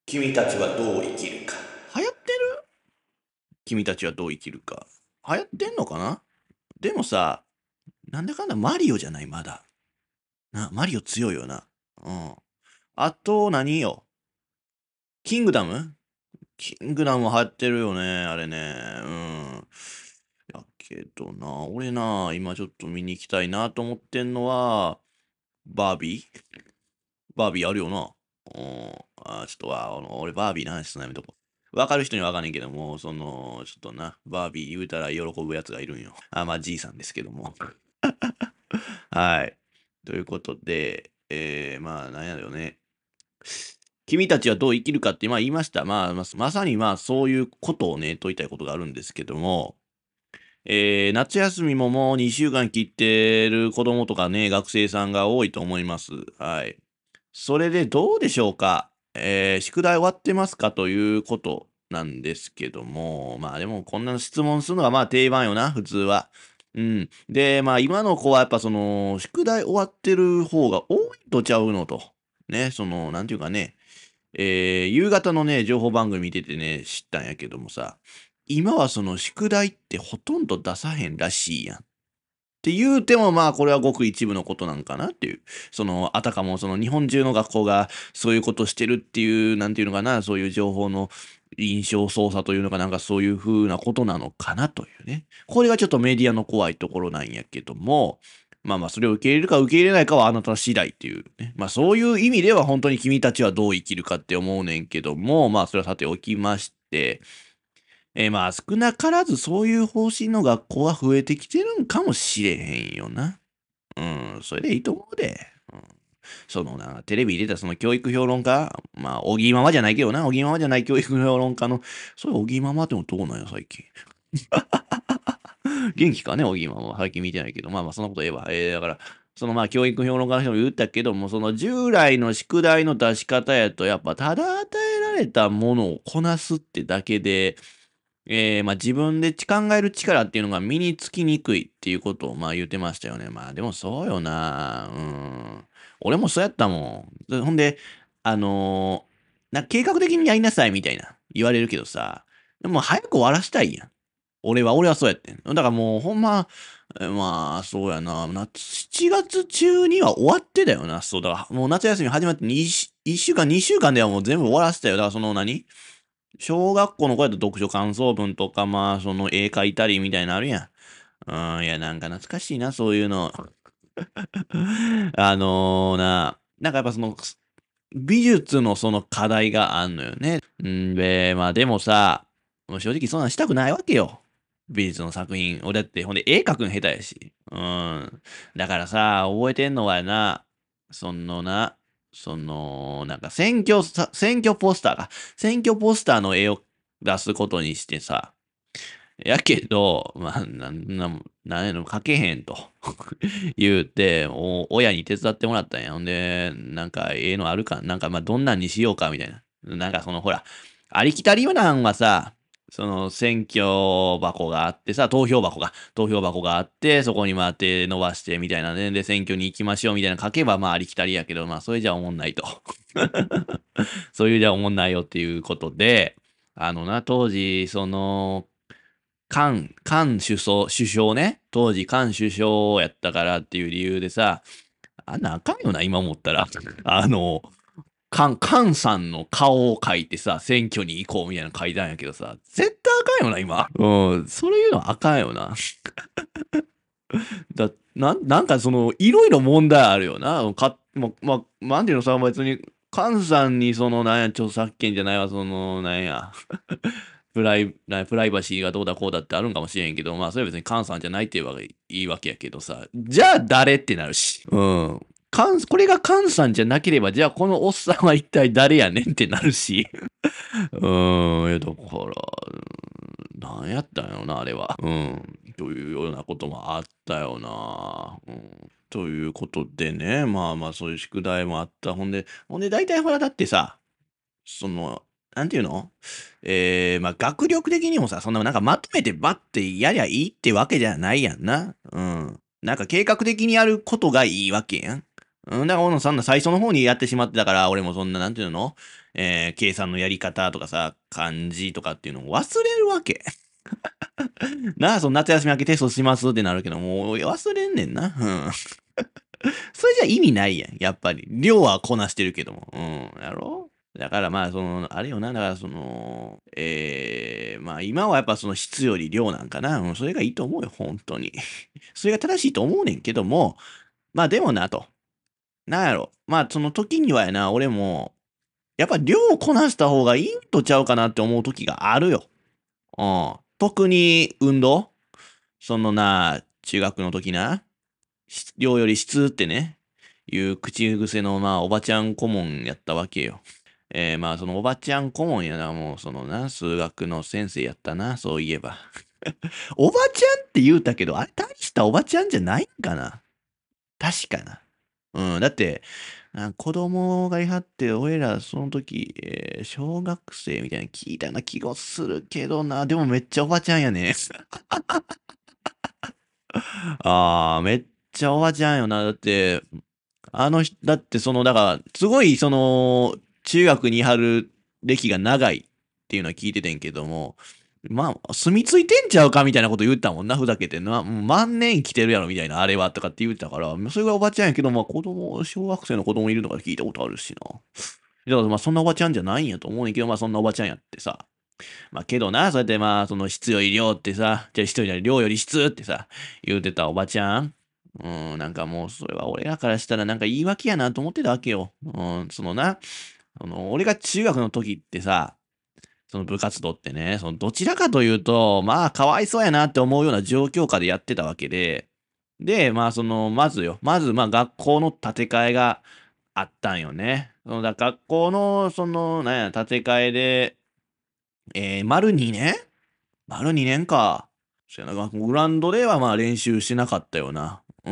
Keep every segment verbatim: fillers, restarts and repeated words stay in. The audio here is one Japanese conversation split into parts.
君たちはどう生きるか。 流行ってる君たちはどう生きるか。流行ってんのかな。でもさ、なんだかんだマリオじゃない、まだ。な、マリオ強いよな。うん。あと、何よ。キングダムキングダム流行ってるよね、あれね。うん。やけどな、俺な、今ちょっと見に行きたいなと思ってんのは、バービーバービーあるよな。うん。あー、ちょっとは、あの、俺バービーの話すんのやめとこう。わかる人にはわかんねんけども、その、ちょっとな、バービー言うたら喜ぶやつがいるんよ。あ、まあ、じいさんですけども。はい。ということで、えー、まあ、なんやろよね。君たちはどう生きるかって、まあ言いました。まあ、まあまさにまあそういうことをね、問いたいことがあるんですけども、えー、夏休みももうにしゅうかん切ってる子供とかね、学生さんが多いと思います。はい。それでどうでしょうか。えー、宿題終わってますかということなんですけども、まあでもこんな質問するのがまあ定番よな、普通は。うん。で、まあ今の子はやっぱその、宿題終わってる方が多いとちゃうのと。ね、その、なんていうかね、えー、夕方のね、情報番組見ててね、知ったんやけどもさ、今はその宿題ってほとんど出さへんらしいやん。って言うてもまあこれはごく一部のことなんかなっていう。その、あたかもその日本中の学校がそういうことしてるっていう、なんていうのかな、そういう情報の印象操作というのかなんかそういう風なことなのかなというね。これがちょっとメディアの怖いところなんやけども、まあまあそれを受け入れるか受け入れないかはあなた次第っていうね。まあそういう意味では本当に君たちはどう生きるかって思うねんけども、まあそれはさておきまして、えーまあ少なからずそういう方針の学校は増えてきてるんかもしれへんよな。うん、それでいいと思うで。うん、そのな、テレビに出たその教育評論家、まあ、おぎママじゃないけどな、おぎママじゃない教育評論家の、それおぎママでもどうなんや、最近。元気かね、おぎママは最近見てないけど、まあまあ、そんなこと言えば。えー、だから、そのまあ、教育評論家の人も言ったけども、その従来の宿題の出し方やと、やっぱ、ただ与えられたものをこなすってだけで、えー、まあ自分で考える力っていうのが身につきにくいっていうことをまあ言ってましたよね。まあでもそうよな。うん。俺もそうやったもん。でほんで、あのーな、計画的にやりなさいみたいな言われるけどさ、でも早く終わらしたいやん。俺は、俺はそうやってん。だからもうほんま、えまあそうやな。夏、しちがつ中には終わってたよな。そうだから、もう夏休み始まっていっしゅうかん、にしゅうかんではもう全部終わらせたよ。だからその何小学校の子やと読書感想文とか、まあ、その絵描いたりみたいなのあるやん。うん、いや、なんか懐かしいな、そういうの。あのーな、なんかやっぱその、美術のその課題があんのよね。んで、まあでもさ、もう正直そんなんしたくないわけよ。美術の作品。俺だって、ほんで絵描くん下手やし。うん。だからさ、覚えてんのはな、そのな、その、なんか選挙さ、選挙ポスターが、選挙ポスターの絵を出すことにしてさ、やけど、まあ、なんな、なんやの、書けへんと言うて、お親に手伝ってもらったんや。ほんで、なんか、ええのあるか、なんか、まあ、どんなんにしようか、みたいな。なんか、その、ほら、ありきたりなんはさ、その、選挙箱があってさ、投票箱が、投票箱があって、そこにまあ手伸ばして、みたいなね。で、選挙に行きましょう、みたいな書けば、まあ、ありきたりやけど、まあ、それじゃおもんないと。そういうじゃおもんないよっていうことで、あのな、当時、その、菅、菅首相、首相ね。当時、菅首相やったからっていう理由でさ、あんなあかんよな、今思ったら。あの、菅、菅さんの顔を描いてさ、選挙に行こうみたいなの書いたんやけどさ、絶対あかんよな、今。うん、それ言うのはあかんよな。だ、なん、なんかその、いろいろ問題あるよな。か、ま、ま、なんていうのさ、別に、菅さんにその、なんや、著作権じゃないわ、その、なんや。プライ、なプライバシーがどうだこうだってあるんかもしれんけど、まあそれは別に菅さんじゃないって言えばいいわけやけどさ、じゃあ誰ってなるし。うん。菅これが菅さんじゃなければ、じゃあこのおっさんは一体誰やねんってなるし。うーん、え、だから、なんやったんやろな、あれは。うん。というようなこともあったよな。うん。ということでね、まあまあそういう宿題もあった。ほんで、ほんで大体ほらだってさ、その、なんていうのえー、まあ、学力的にもさ、そんななんかまとめてバッてやりゃいいってわけじゃないやんな。うん。なんか計画的にやることがいいわけやん。 うん、だから俺もそんな最初の方にやってしまってたから、俺もそんな、なんていうのえー、計算のやり方とかさ、漢字とかっていうのを忘れるわけ。なあ、その夏休み明けテストしますってなるけど、もう忘れんねんな。うん。それじゃ意味ないやん、やっぱり。量はこなしてるけども。うん、やろだからまあ、その、あれよな、だからその、えー、まあ今はやっぱその質より量なんかな。うん、それがいいと思うよ、本当に。それが正しいと思うねんけども、まあでもなと。なんやろ。まあその時にはやな、俺も、やっぱ量をこなした方がいいんとちゃうかなって思う時があるよ。うん。特に運動そのな、中学の時な、し量より質ってね、いう口癖のまあおばちゃん顧問やったわけよ。えー、まあそのおばちゃん顧問やな、もうそのな、数学の先生やったな、そういえば。おばちゃんって言うたけど、あれ大したおばちゃんじゃないんかな確かな。うん、だって、あ子供がいはって、俺らその時、えー小学生みたいなの聞いたような気がするけどな、でもめっちゃおばちゃんやね。ああ、めっちゃおばちゃんよな。だって、あの人、だってその、だから、すごいその、中学にいはる歴が長いっていうのは聞いててんけども、まあ、住み着いてんちゃうかみたいなこと言ったもんな、ふざけてな。もう万年来てるやろみたいな、あれはとかって言ってたから、それがおばちゃんやけど、まあ子供、小学生の子供いるのか聞いたことあるしな。だからまあそんなおばちゃんじゃないんやと思うねんけど、まあそんなおばちゃんやってさ。まあけどな、そうやってまあその質より量ってさ、じゃあ質より量より質ってさ、言うてたおばちゃん。うん、なんかもうそれは俺らからしたらなんか言い訳やなと思ってたわけよ。うん、そのな、あの、俺が中学の時ってさ、その部活動ってね、そのどちらかというと、まあ、かわいそうやなって思うような状況下でやってたわけで、で、まあ、その、まずよ、まず、まあ、学校の建て替えがあったんよね。そのだ学校の、その、なんや、建て替えで、えー、丸にねん丸にねんか。そうやな、グラウンドではまあ練習しなかったよな。うん。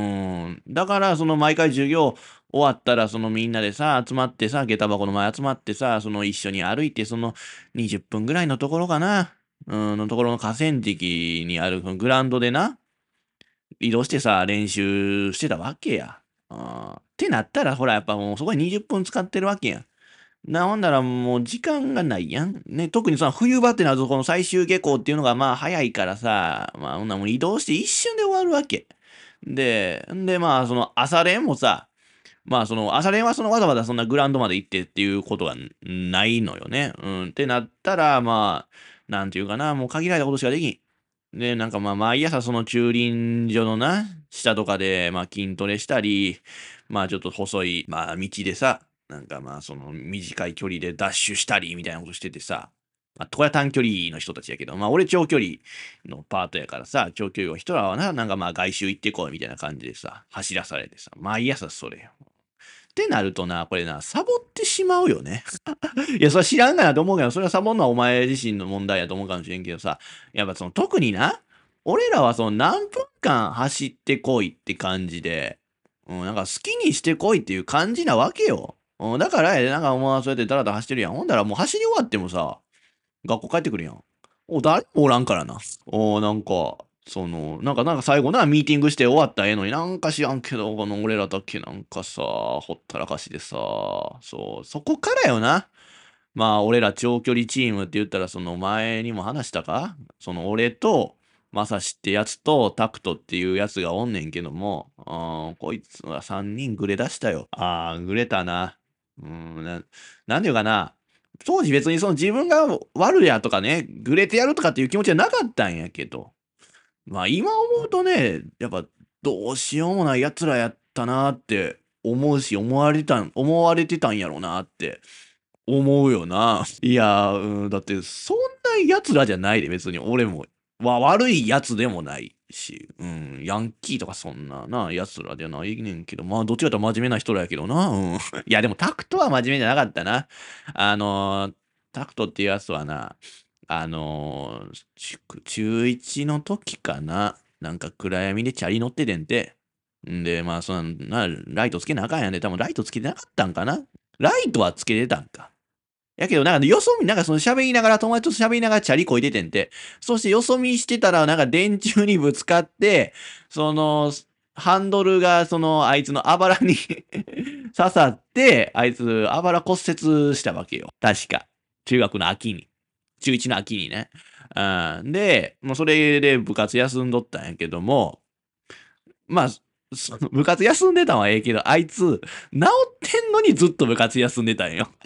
だから、その毎回授業終わったら、そのみんなでさ、集まってさ、下駄箱の前集まってさ、その一緒に歩いて、そのにじゅっぷんぐらいのところかな。うん、のところの河川敷にあるそのグラウンドでな、移動してさ、練習してたわけや。あーってなったら、ほら、やっぱもうそこににじゅっぷん使ってるわけやん。な、ほんだらもう時間がないやん。ね、特にさ、冬場ってなるとこの最終下校っていうのがまあ早いからさ、まあほんならもう移動して一瞬で終わるわけ。で、んでまあその朝練もさ、まあその朝練はそのわざわざそんなグラウンドまで行ってっていうことがないのよね。うん。ってなったら、まあ、なんていうかな、もう限られたことしかできん。で、なんかまあ毎朝その駐輪場のな、下とかでまあ筋トレしたり、まあちょっと細い、まあ道でさ、なんかまあその短い距離でダッシュしたりみたいなことしててさ、まあ、これは短距離の人たちやけど、まあ俺長距離のパートやからさ、長距離の人らはな、なんかまあ外周行ってこいみたいな感じでさ、走らされてさ、毎朝それよ。ってなるとな、これな、サボってしまうよね。いや、それは知らんがなと思うけど、それはサボんのはお前自身の問題やと思うかもしれんけどさ、やっぱその特にな、俺らはその何分間走ってこいって感じで、うん、なんか好きにしてこいっていう感じなわけよ。うん、だから、なんかお前そうやってダラダラ走ってるやん。ほんだらもう走り終わってもさ、学校帰ってくるやん。お、誰もおらんからな。お、なんか、その、なんか、なんか最後な、ミーティングして終わったらええのになんか知らんけど、この俺らだけなんかさ、ほったらかしでさ、そう、そこからよな。まあ、俺ら長距離チームって言ったら、その前にも話したかその俺と、まさしってやつと、タクトっていうやつがおんねんけども、あーこいつはさんにんぐれ出したよ。ああ、ぐれたな。うん、な、なんていうかな。当時別にその自分が悪やとかね、ぐれてやるとかっていう気持ちはなかったんやけど、まあ今思うとね、やっぱどうしようもない奴らやったなって思うし、思われたん、思われてたんやろうなって思うよな。いや、うん、だってそんな奴らじゃないで別に俺も、わ、悪い奴でもないし、うん、ヤンキーとかそんなな、奴らじゃないねんけど、まあどっちかというと真面目な人らやけどな、うん。いやでもタクトは真面目じゃなかったな。あのータクトっていうやつはな、あのーち中いちの時かな、なんか暗闇でチャリ乗っててんて。んで、まあそんな、ライトつけなあかんやんで、多分ライトつけてなかったんかな。ライトはつけてたんか。やけど、なんか、よそ見、なんかその喋りながら、友達と喋りながらチャリこいでてんて。そしてよそ見してたら、なんか電柱にぶつかって、その、 ハンドルがそのあいつのあばらに刺さって、あいつあばら骨折したわけよ。確か。中学の秋に。中いちの秋にね。うん。で、もうそれで部活休んどったんやけども、まあ、その部活休んでたんはええけど、あいつ、治ってんのにずっと部活休んでたんよ。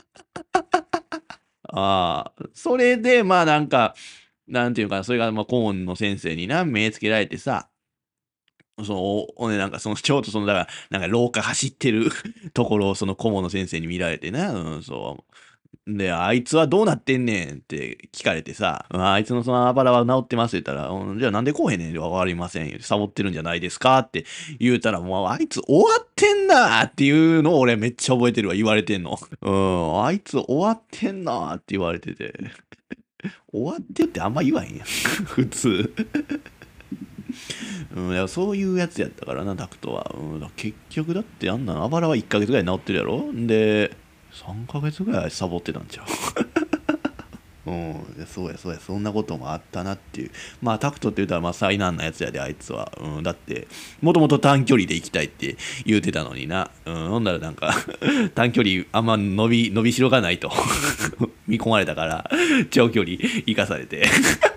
ああ、それで、まあなんか、なんていうかな、それがまあ顧問の先生にな、目つけられてさ、その、おおね、なんかその、ちょうどその、だから、なんか廊下走ってるところをその顧問の先生に見られてな、うん、そう。で、あいつはどうなってんねんって聞かれてさ、ああいつのそのあばらは治ってますって言ったら、うん、じゃあなんでこうへんねんわかりませんよ。サボってるんじゃないですかって言うたら、もうあいつ終わってんなっていうのを俺めっちゃ覚えてるわ、言われてんの。うん、あいつ終わってんなって言われてて。終わってってあんま言わへんやん。普通。うん、いやそういうやつやったからな、タクトは。うん、だ結局だってあんなあばらはいっかげつぐらい治ってるやろで、さんかげつぐらいサボってたんちゃう。うん、いやそうやそうや、そんなこともあったなっていう。まあタクトって言うたらまあ災難なやつやで、あいつは。うん、だって、もともと短距離で行きたいって言うてたのにな。うん、ほんならなんか短距離あんま伸び、伸びしろがないと見込まれたから、長距離行かされて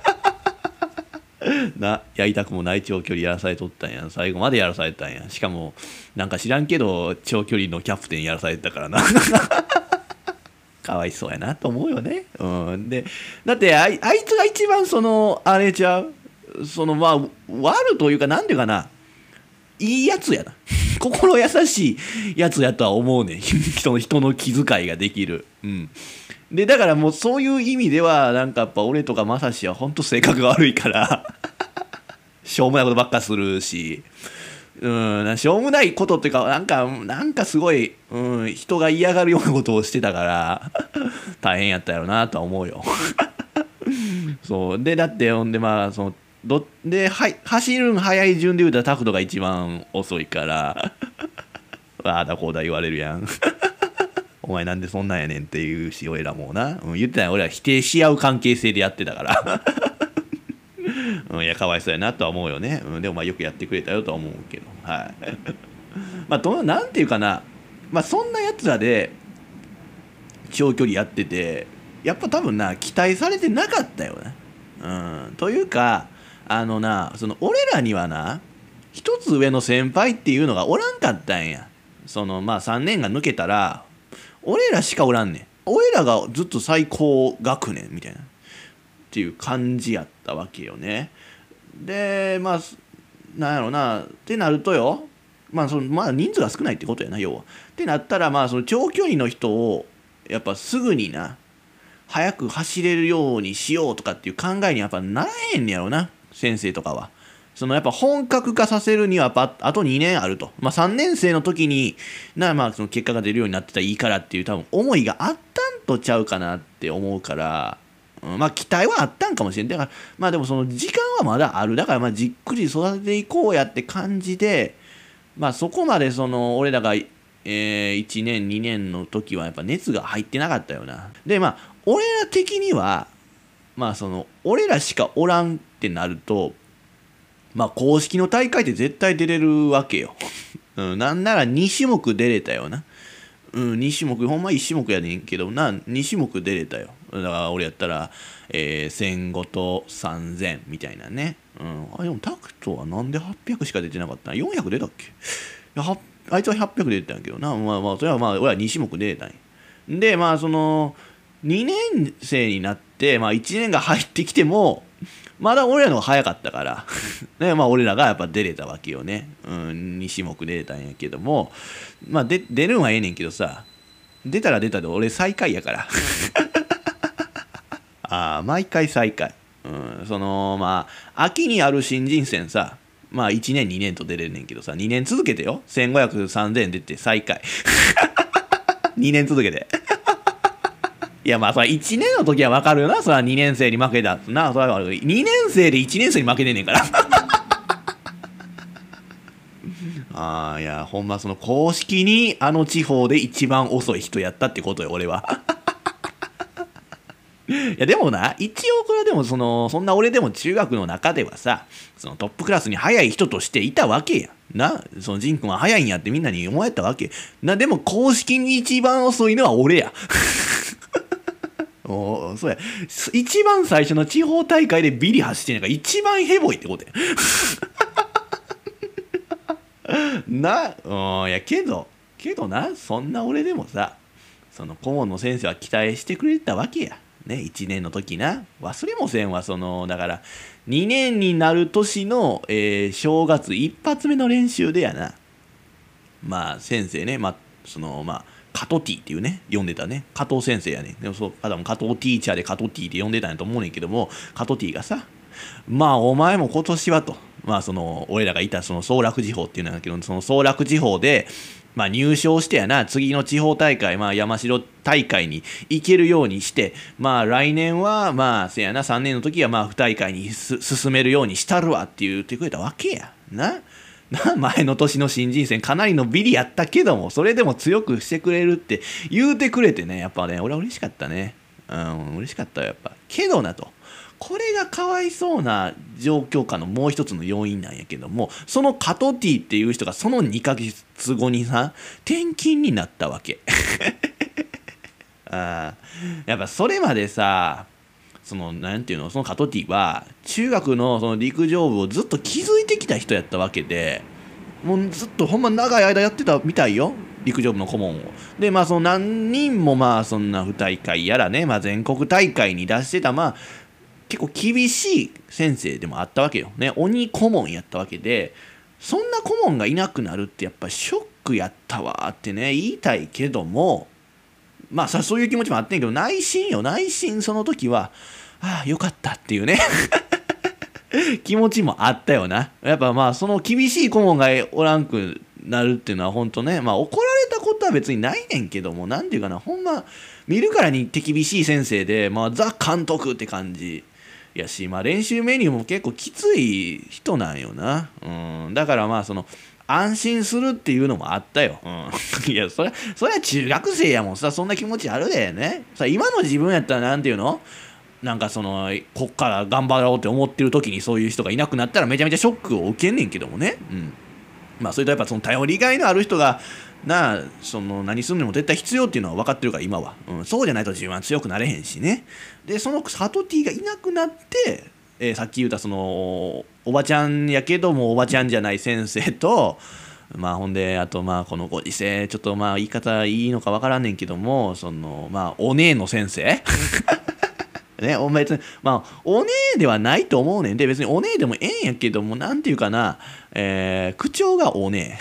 な、やりたくもない長距離やらされとったんや。最後までやらされたんや。しかも、なんか知らんけど、長距離のキャプテンやらされてたからな。かわいそうやなと思うよね。うん。で、だってあい、あいつが一番その、あれちゃう、その、まあ、悪というか、なんていうかな、いいやつやな。心優しいやつやとは思うねん。人の、人の気遣いができる。うん。で、だからもうそういう意味では、なんかやっぱ俺とかまさしは本当性格が悪いからしょうもないことばっかするし、うん、しょうもないことっていうか、なんか、なんかすごい、うん、人が嫌がるようなことをしてたから大変やったやろなとは思うよ。そう。で、だって、ほんでまあ、その、どで、はい、走るん速い順で言うたらタクトが一番遅いからああだこうだ言われるやん。お前なんでそんなんやねんっていうし、俺らもな、うん、言ってない、俺ら否定し合う関係性でやってたからうん、いや、かわいそうやなとは思うよね。うん、でもまあよくやってくれたよとは思うけど。はい。まあ、どなんていうかな。まあ、そんなやつらで長距離やってて、やっぱ多分な、期待されてなかったよな。うん。というか、あのな、その俺らにはな、一つ上の先輩っていうのがおらんかったんや。そのまあさんねんが抜けたら、俺らしかおらんねん。俺らがずっと最高学年みたいな。っていう感じやったわけよね。で、まあ、なんやろな、ってなるとよ、まあ、そのまあ人数が少ないってことやな、要は。ってなったら、まあ、その長距離の人を、やっぱすぐにな、早く走れるようにしようとかっていう考えにやっぱならへんねやろな、先生とかは。そのやっぱ本格化させるにはやっぱあとにねんあると。まあさんねん生の時にな、まあその結果が出るようになってたらいいからっていう多分思いがあったんとちゃうかなって思うから、うん、まあ期待はあったんかもしれん。だからまあでもその時間はまだある。だからまあじっくり育てていこうやって感じで、まあそこまでその俺らが、えー、いちねんにねんの時はやっぱ熱が入ってなかったよな。でまあ俺ら的にはまあその俺らしかおらんってなると、まあ公式の大会って絶対出れるわけよ。うん、なんならに種目出れたよな。うん、に種目、ほんまいち種目やねんけどな、に種目出れたよ。だから俺やったら、えー、せんごとさんぜんみたいなね。うん、あ、でもタクトはなんではっぴゃくしか出てなかったん ?よんひゃく 出たっけ？いやはあいつははっぴゃく出てたんやけどな。まあまあ、それはまあ、俺はに種目出れたんや。で、まあその、にねん生になって、まあいちねんが入ってきても、まだ俺らの方が早かったからね、まあ俺らがやっぱ出れたわけよね。うん、に種目出れたんやけども、まあで出るんはええねんけどさ、出たら出たで俺最下位やからああ、毎回最下位。うん、その、まあ、秋にある新人戦さ、まあいちねんにねんと出れるねんけどさ、にねん続けてよ。せんごひゃく、さんぜん出て最下位。にねん続けて。いやまあそれいちねんの時は分かるよな。それはにねん生に負けたってな。それはにねん生でいちねん生に負けてんねんからああ、いやほんまその公式にあの地方で一番遅い人やったってことよ俺はいやでもな、一応これはでもその、そんな俺でも中学の中ではさ、そのトップクラスに早い人としていたわけや。な、そのジン君は早いんやってみんなに思えたわけ。な、でも公式に一番遅いのは俺や。おそうや。一番最初の地方大会でビリ走ってんやから一番ヘボいってことや。な、うん、いやけど、けどな、そんな俺でもさ、その顧問の先生は期待してくれてたわけや。ね、いちねんの時な。忘れもせんわ、その、だから、にねんになる年の、えー正月一発目の練習でやな。まあ、先生ね、まあ、その、まあ、加藤 T っていうね、呼んでたね。加藤先生やね。でもそう、多分加藤ティーチャーで加藤 T って呼んでたんやと思うねんけども、加藤 T がさ、まあ、お前も今年はと。まあ、その、俺らがいたその総楽地方っていうんだけど、その総楽地方で、まあ、入賞してやな、次の地方大会、まあ、山城大会に行けるようにして、まあ、来年は、まあ、せやな、さんねんの時は、まあ、府大会にす進めるようにしたるわって言ってくれたわけや。な。な、前の年の新人戦、かなりのビリやったけども、それでも強くしてくれるって言うてくれてね、やっぱね、俺は嬉しかったね。うん、嬉しかったよ、やっぱ。けどなと。これがかわいそうな状況下のもう一つの要因なんやけども、そのカトティっていう人がそのにかげつごにさ、転勤になったわけ。あやっぱそれまでさ、そのなんていうの、そのカトティは中学のその陸上部をずっと築いてきた人やったわけで、もうずっとほんま長い間やってたみたいよ、陸上部の顧問を。でまあその何人もまあそんな府大会やらね、まあ、全国大会に出してたまあ結構厳しい先生でもあったわけよね。鬼顧問やったわけで、そんな顧問がいなくなるってやっぱショックやったわってね言いたいけども、まあさそういう気持ちもあってんけど、内心よ、内心その時はああよかったっていうね気持ちもあったよな。やっぱまあその厳しい顧問がおらんくなるっていうのは本当ね、まあ怒られたことは別にないねんけども、なんていうかな、ほんま見るからに手厳しい先生で、まあザ監督って感じやし、まあ練習メニューも結構きつい人なんよな。うん、だからまあその安心するっていうのもあったよ。うん、いやそれそれは中学生やもんさ、そんな気持ちあるでね。さ今の自分やったらなんていうの、なんかそのこっから頑張ろうって思ってる時にそういう人がいなくなったらめちゃめちゃショックを受けんねんけどもね。うん、まあそれとやっぱその頼りがいのある人がなあ、その何するのも絶対必要っていうのは分かってるから今は、うん、そうじゃないと自分は強くなれへんしね。でそのサトティがいなくなって、えーさっき言ったそのおばちゃんやけどもおばちゃんじゃない先生と、まあほんであとまあこのご時世ちょっとまあ言い方いいのか分からんねんけども、そのまあお姉の先生ね、お別にまあお姉ではないと思うねんで、別にお姉でもええんやけども、なんていうかな、えー口調がお姉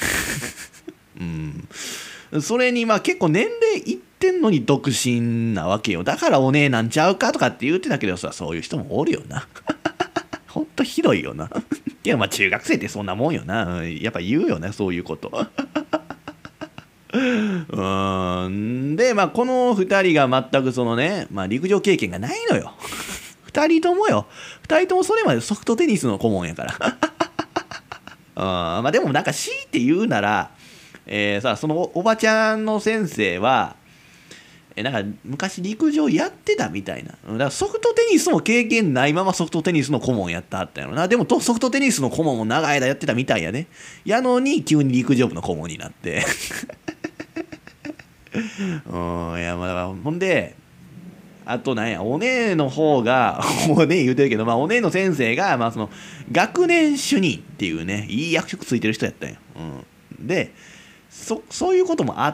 うん、それにまあ結構年齢いってんのに独身なわけよ。だからお姉なんちゃうかとかって言ってたけどさ、そういう人もおるよな。ほんとひどいよな。いやまあ中学生ってそんなもんよな、うん、やっぱ言うよねそういうこと。うーんでまあこのふたりが全くそのね、まあ、陸上経験がないのよ。ふたりともよ、ふたりともそれまでソフトテニスの顧問やから。あまあでもなんか強いて言うなら、えーさその お, おばちゃんの先生は、えーなんか昔陸上やってたみたいな。だからソフトテニスも経験ないままソフトテニスの顧問やったはったんやろな。でもとソフトテニスの顧問も長い間やってたみたいやね。やのに急に陸上部の顧問になって。うんいやまあだからほんで、あとなんやお姉の方がお姉言うてるけど、まあ、お姉の先生が、まあ、その学年主任っていうねいい役職ついてる人やったんよ、うん、でそそういうこともあって、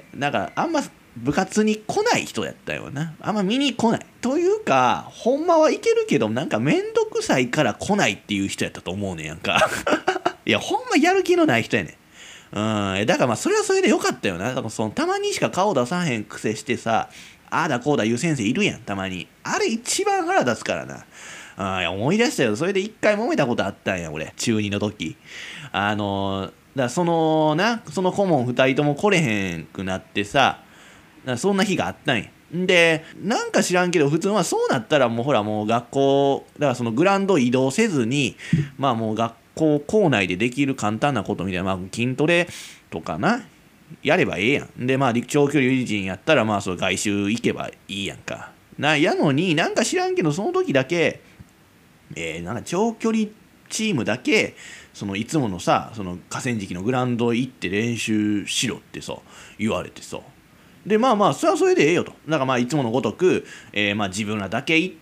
なんかあんま部活に来ない人やったよな。あんま見に来ないというか、ほんまはいけるけどなんかめんどくさいから来ないっていう人やったと思うねんやんか。いやほんまやる気のない人やねん。うん、だからまあそれはそれでよかったよな。だからそのたまにしか顔出さへん癖してさ、ああだこうだ言う先生いるやん、たまに。あれ一番腹立つからな。あいや思い出したよ。それで一回揉めたことあったんや、俺。中にの時。あのー、だからそのな、その顧問二人とも来れへんくなってさ、だからそんな日があったんや。で、なんか知らんけど、普通はそうなったらもうほらもう学校、だからそのグラウンド移動せずに、まあもう学校校内でできる簡単なことみたいな、まあ筋トレとかな、やればええやん。で、まあ、長距離人やったら、まあ、そう外周行けばいいやんか。 な、やのになんか知らんけど、その時だけ、えー、なんか長距離チームだけ、そのいつものさ、その河川敷のグラウンド行って練習しろってさ、言われてさ。で、まあまあ、それはそれでええよと。だからまあ、いつものごとく、えー、まあ自分らだけ行って、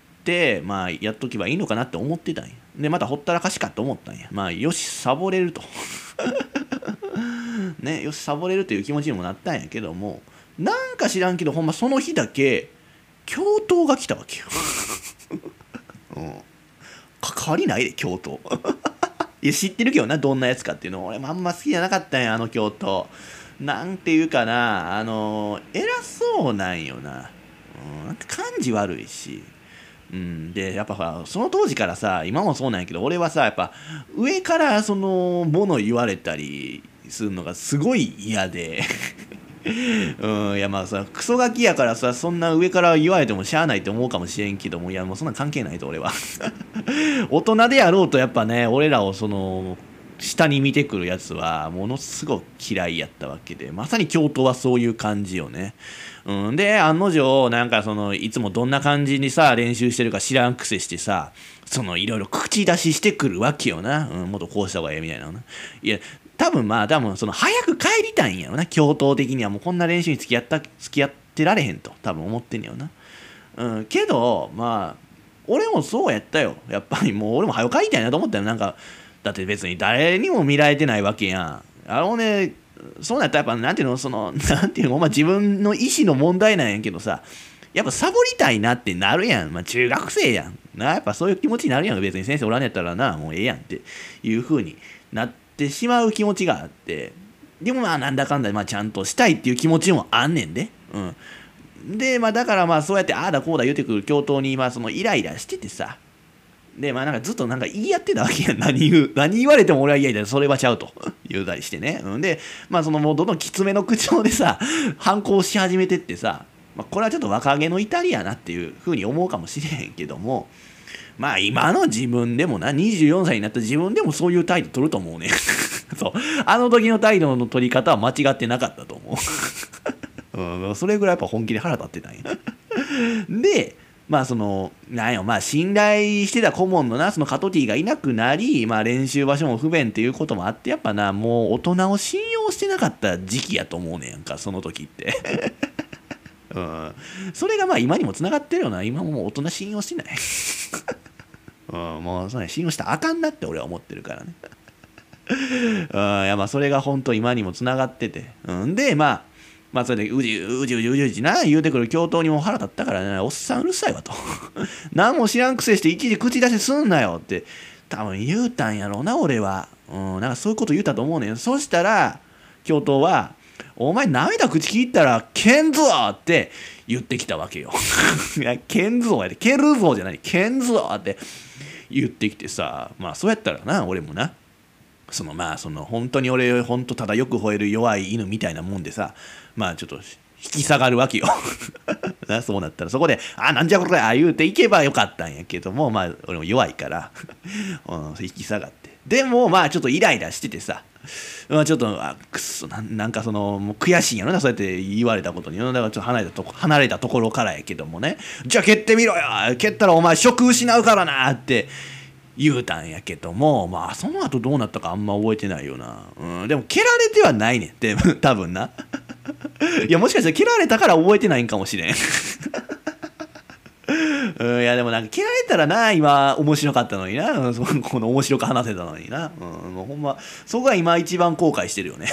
まあ、やっとけばいいのかなって思ってたんや。で、またほったらかしかと思ったんや。まあ、よし、サボれると。ね、よし、サボれるという気持ちにもなったんやけども、なんか知らんけど、ほんまその日だけ、教頭が来たわけよ。うん。関わりないで、教頭。いや、知ってるけどな、どんなやつかっていうの。俺もあんま好きじゃなかったんや、あの教頭。なんていうかな、あの、偉そうなんよな。うん、なんか感じ悪いし。うん、で、やっぱほら、その当時からさ、今もそうなんやけど、俺はさ、やっぱ、上からその、もの言われたりするのがすごい嫌で。うん、いやまあさ、クソガキやからさ、そんな上から言われてもしゃあないって思うかもしれんけども、いやもうそんなん関係ないと俺は。大人であろうとやっぱね、俺らをその、下に見てくるやつはものすごく嫌いやったわけで、まさに教頭はそういう感じよね。うん、で案の定なんかそのいつもどんな感じにさ練習してるか知らんくせしてさ、そのいろいろ口出ししてくるわけよな、うん、もっとこうした方がええみたいな。いや多分まあ多分その早く帰りたいんやろな、教頭的には。もうこんな練習に付き合った付き合ってられへんと多分思ってんやろな。うん、けどまあ俺もそうやったよ。やっぱりもう俺も早く帰りたいなと思ったよ。なんかだって別に誰にも見られてないわけやん。あのね、そうなったらやっぱなんていうの、そのなんていうの、まあ自分の意思の問題なんやけどさ、やっぱサボりたいなってなるやん。まあ中学生やんな、やっぱそういう気持ちになるやん。別に先生おらんやったらな、もうええやんっていう風になってしまう気持ちがあって、でもまあなんだかんだ、まあ、ちゃんとしたいっていう気持ちもあんねんで。うん。で、まあだからまあそうやってああだこうだ言うてくる教頭にまあそのイライラしててさ、でまあなんかずっとなんか言い合ってたわけやん。何言う何言われても俺は嫌だ、それはちゃうと言うたりしてね。うん、でまあそのもうどんどんきつめの口調でさ反抗し始めてってさ、まあ、これはちょっと若気の至りやなっていうふうに思うかもしれへんけども、まあ今の自分でもな、にじゅうよんさいになった自分でもそういう態度取ると思うね。そうあの時の態度の取り方は間違ってなかったと思う。うん、それぐらいやっぱ本気で腹立ってたんや。でまあそのなんやまあ信頼してた顧問のなそのカトティがいなくなり、まあ練習場所も不便っていうこともあって、やっぱなもう大人を信用してなかった時期やと思うねんか、その時って。うん、それがまあ今にもつながってるよな。今ももう大人信用してない。うん、もうそれ信用したらあかんなって俺は思ってるからね。うん、いやまあそれが本当今にもつながってて、うん、でまあまあそれでうじうじうじうじうじな言うてくる教頭にも腹立ったからね、おっさんうるさいわと。何も知らんくせしていちいち口出しすんなよって多分言うたんやろうな俺は。うん、なんかそういうこと言うたと思うねん。そしたら教頭はお前舐めた口聞いたらケンズーって言ってきたわけよ。いやケンズーやで、ケルゾーじゃない、ケンズーって言ってきてさ、まあそうやったらな俺もな、そのまあその本当に俺本当ただよく吠える弱い犬みたいなもんでさ、まあちょっと引き下がるわけよ。な、そうなったらそこで「あなんじゃこれ」あ言うていけばよかったんやけども、まあ俺も弱いから、うん、引き下がって、でもまあちょっとイライラしててさ、まあ、ちょっとあくっそ な, なんかそのもう悔しいんやろな、そうやって言われたことに。だからちょっと離れたとこ離れたところからやけどもね、じゃあ蹴ってみろよ、蹴ったらお前職失うからなって言うたんやけども、まあその後どうなったかあんま覚えてないよな。うん、でも蹴られてはないねんって多分な。いやもしかしたら蹴られたから覚えてないんかもしれん。うん、いやでもなんか蹴られたらな今面白かったのにな、うん、そこの面白く話せたのにな、うん、もうほんまそこが今一番後悔してるよね。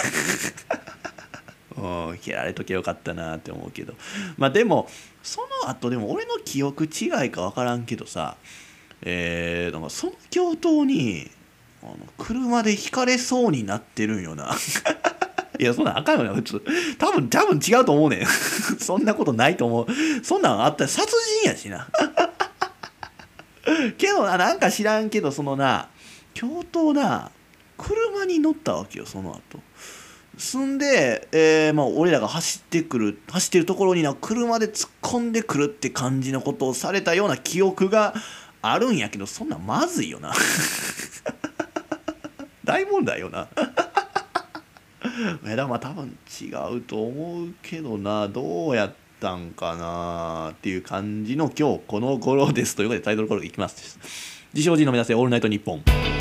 うん、蹴られとけよかったなって思うけど、まあでもその後でも俺の記憶違いか分からんけどさ、えー、なんかその教頭にあの車でひかれそうになってるんよな。いやそんなんあかんよな普通。多分多分違うと思うねん。そんなことないと思う。そんなんあったら殺人やしな。けどな、なんか知らんけどそのな教頭な車に乗ったわけよその後。すんで、えーまあ、俺らが走ってくる走ってるところにな車で突っ込んでくるって感じのことをされたような記憶があるんやけど、そんなんまずいよな。大問題よな。いやだからまあ多分違うと思うけどな、どうやったんかなっていう感じの今日この頃ですということでタイトルコールいきます。自称人の目指せオールナイトニッポン。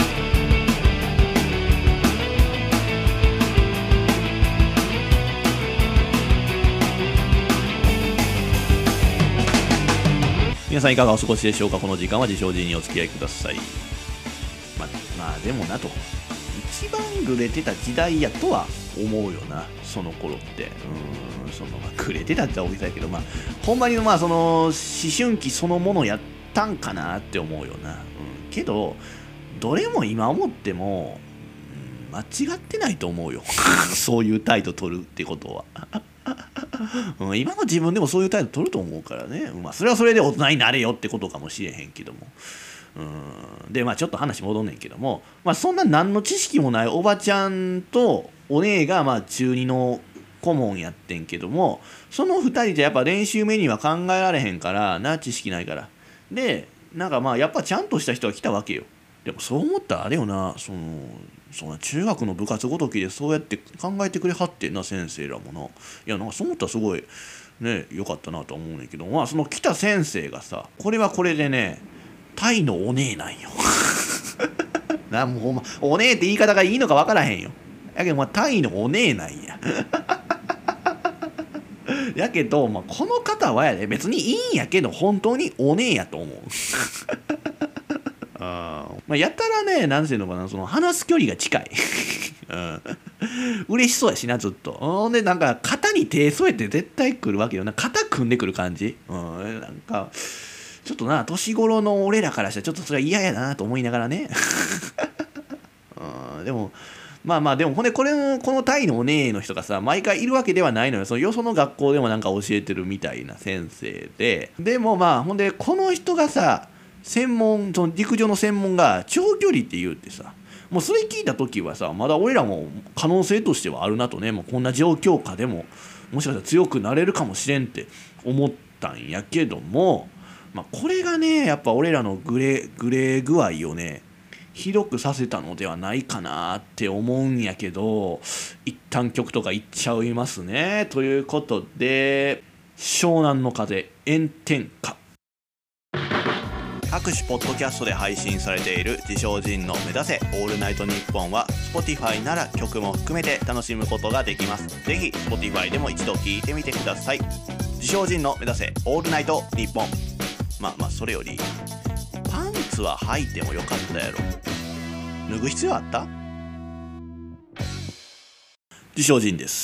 皆さんいかがお過ごしでしょうか。この時間は自称人にお付き合いください。まあ、まあでもなと一番グレてた時代やとは思うよな、その頃って。うーん、そのまあグレてたって大げさやけど、まあほんまにまあその思春期そのものやったんかなって思うよな。うん、けどどれも今思っても、うん、間違ってないと思うよ。そういう態度取るってことは。うん、今の自分でもそういう態度取ると思うからね。まあそれはそれで大人になれよってことかもしれへんけども。うん、でまあちょっと話戻んねんけども、まあ、そんな何の知識もないおばちゃんとお姉がまあ中にの顧問やってんけども、そのふたりじゃやっぱ練習メニューは考えられへんからな、知識ないから。でなんかまあやっぱちゃんとした人が来たわけよ。でもそう思ったらあれよな、そのその中学の部活ごときでそうやって考えてくれはってんな、先生らもな。いやなんかそう思ったらすごいね良かったなと思うねんけど、まあその来た先生がさ、これはこれでねタイのお姉なんよ。なもうほんまお姉って言い方がいいのか分からへんよ。やけどまあタイのお姉なんや。やけど、まあ、この方はやで別にいいんやけど本当にお姉やと思う。あまあ、やたらね、なんていうのかな、その話す距離が近い。うん、嬉しそうやしな、ずっと。ほんで、なんか、肩に手添えて絶対来るわけよな。肩組んでくる感じ。うん、なんか、ちょっとな、年頃の俺らからしたら、ちょっとそれは嫌やなと思いながらね。うん、でも、まあまあ、でも、ほんで、これ、このタイのお姉の人がさ、毎回いるわけではないのよ。そのよその学校でもなんか教えてるみたいな先生で。でもまあ、ほんで、この人がさ、専門、その陸上の専門が長距離って言うってさ、もうそれ聞いた時はさ、まだ俺らも可能性としてはあるなとね、もうこんな状況下でももしかしたら強くなれるかもしれんって思ったんやけども、まあ、これがねやっぱ俺らのグレグレ具合をねひどくさせたのではないかなって思うんやけど、一旦曲とかいっちゃいますね。ということで、湘南の風炎天下。各種ポッドキャストで配信されている自称人の目指せオールナイトニッポンは Spotify なら曲も含めて楽しむことができます。ぜひ Spotify でも一度聞いてみてください。自称人の目指せオールナイトニッポン。まあまあそれよりパンツは履いてもよかったやろ。脱ぐ必要あった？自称人です。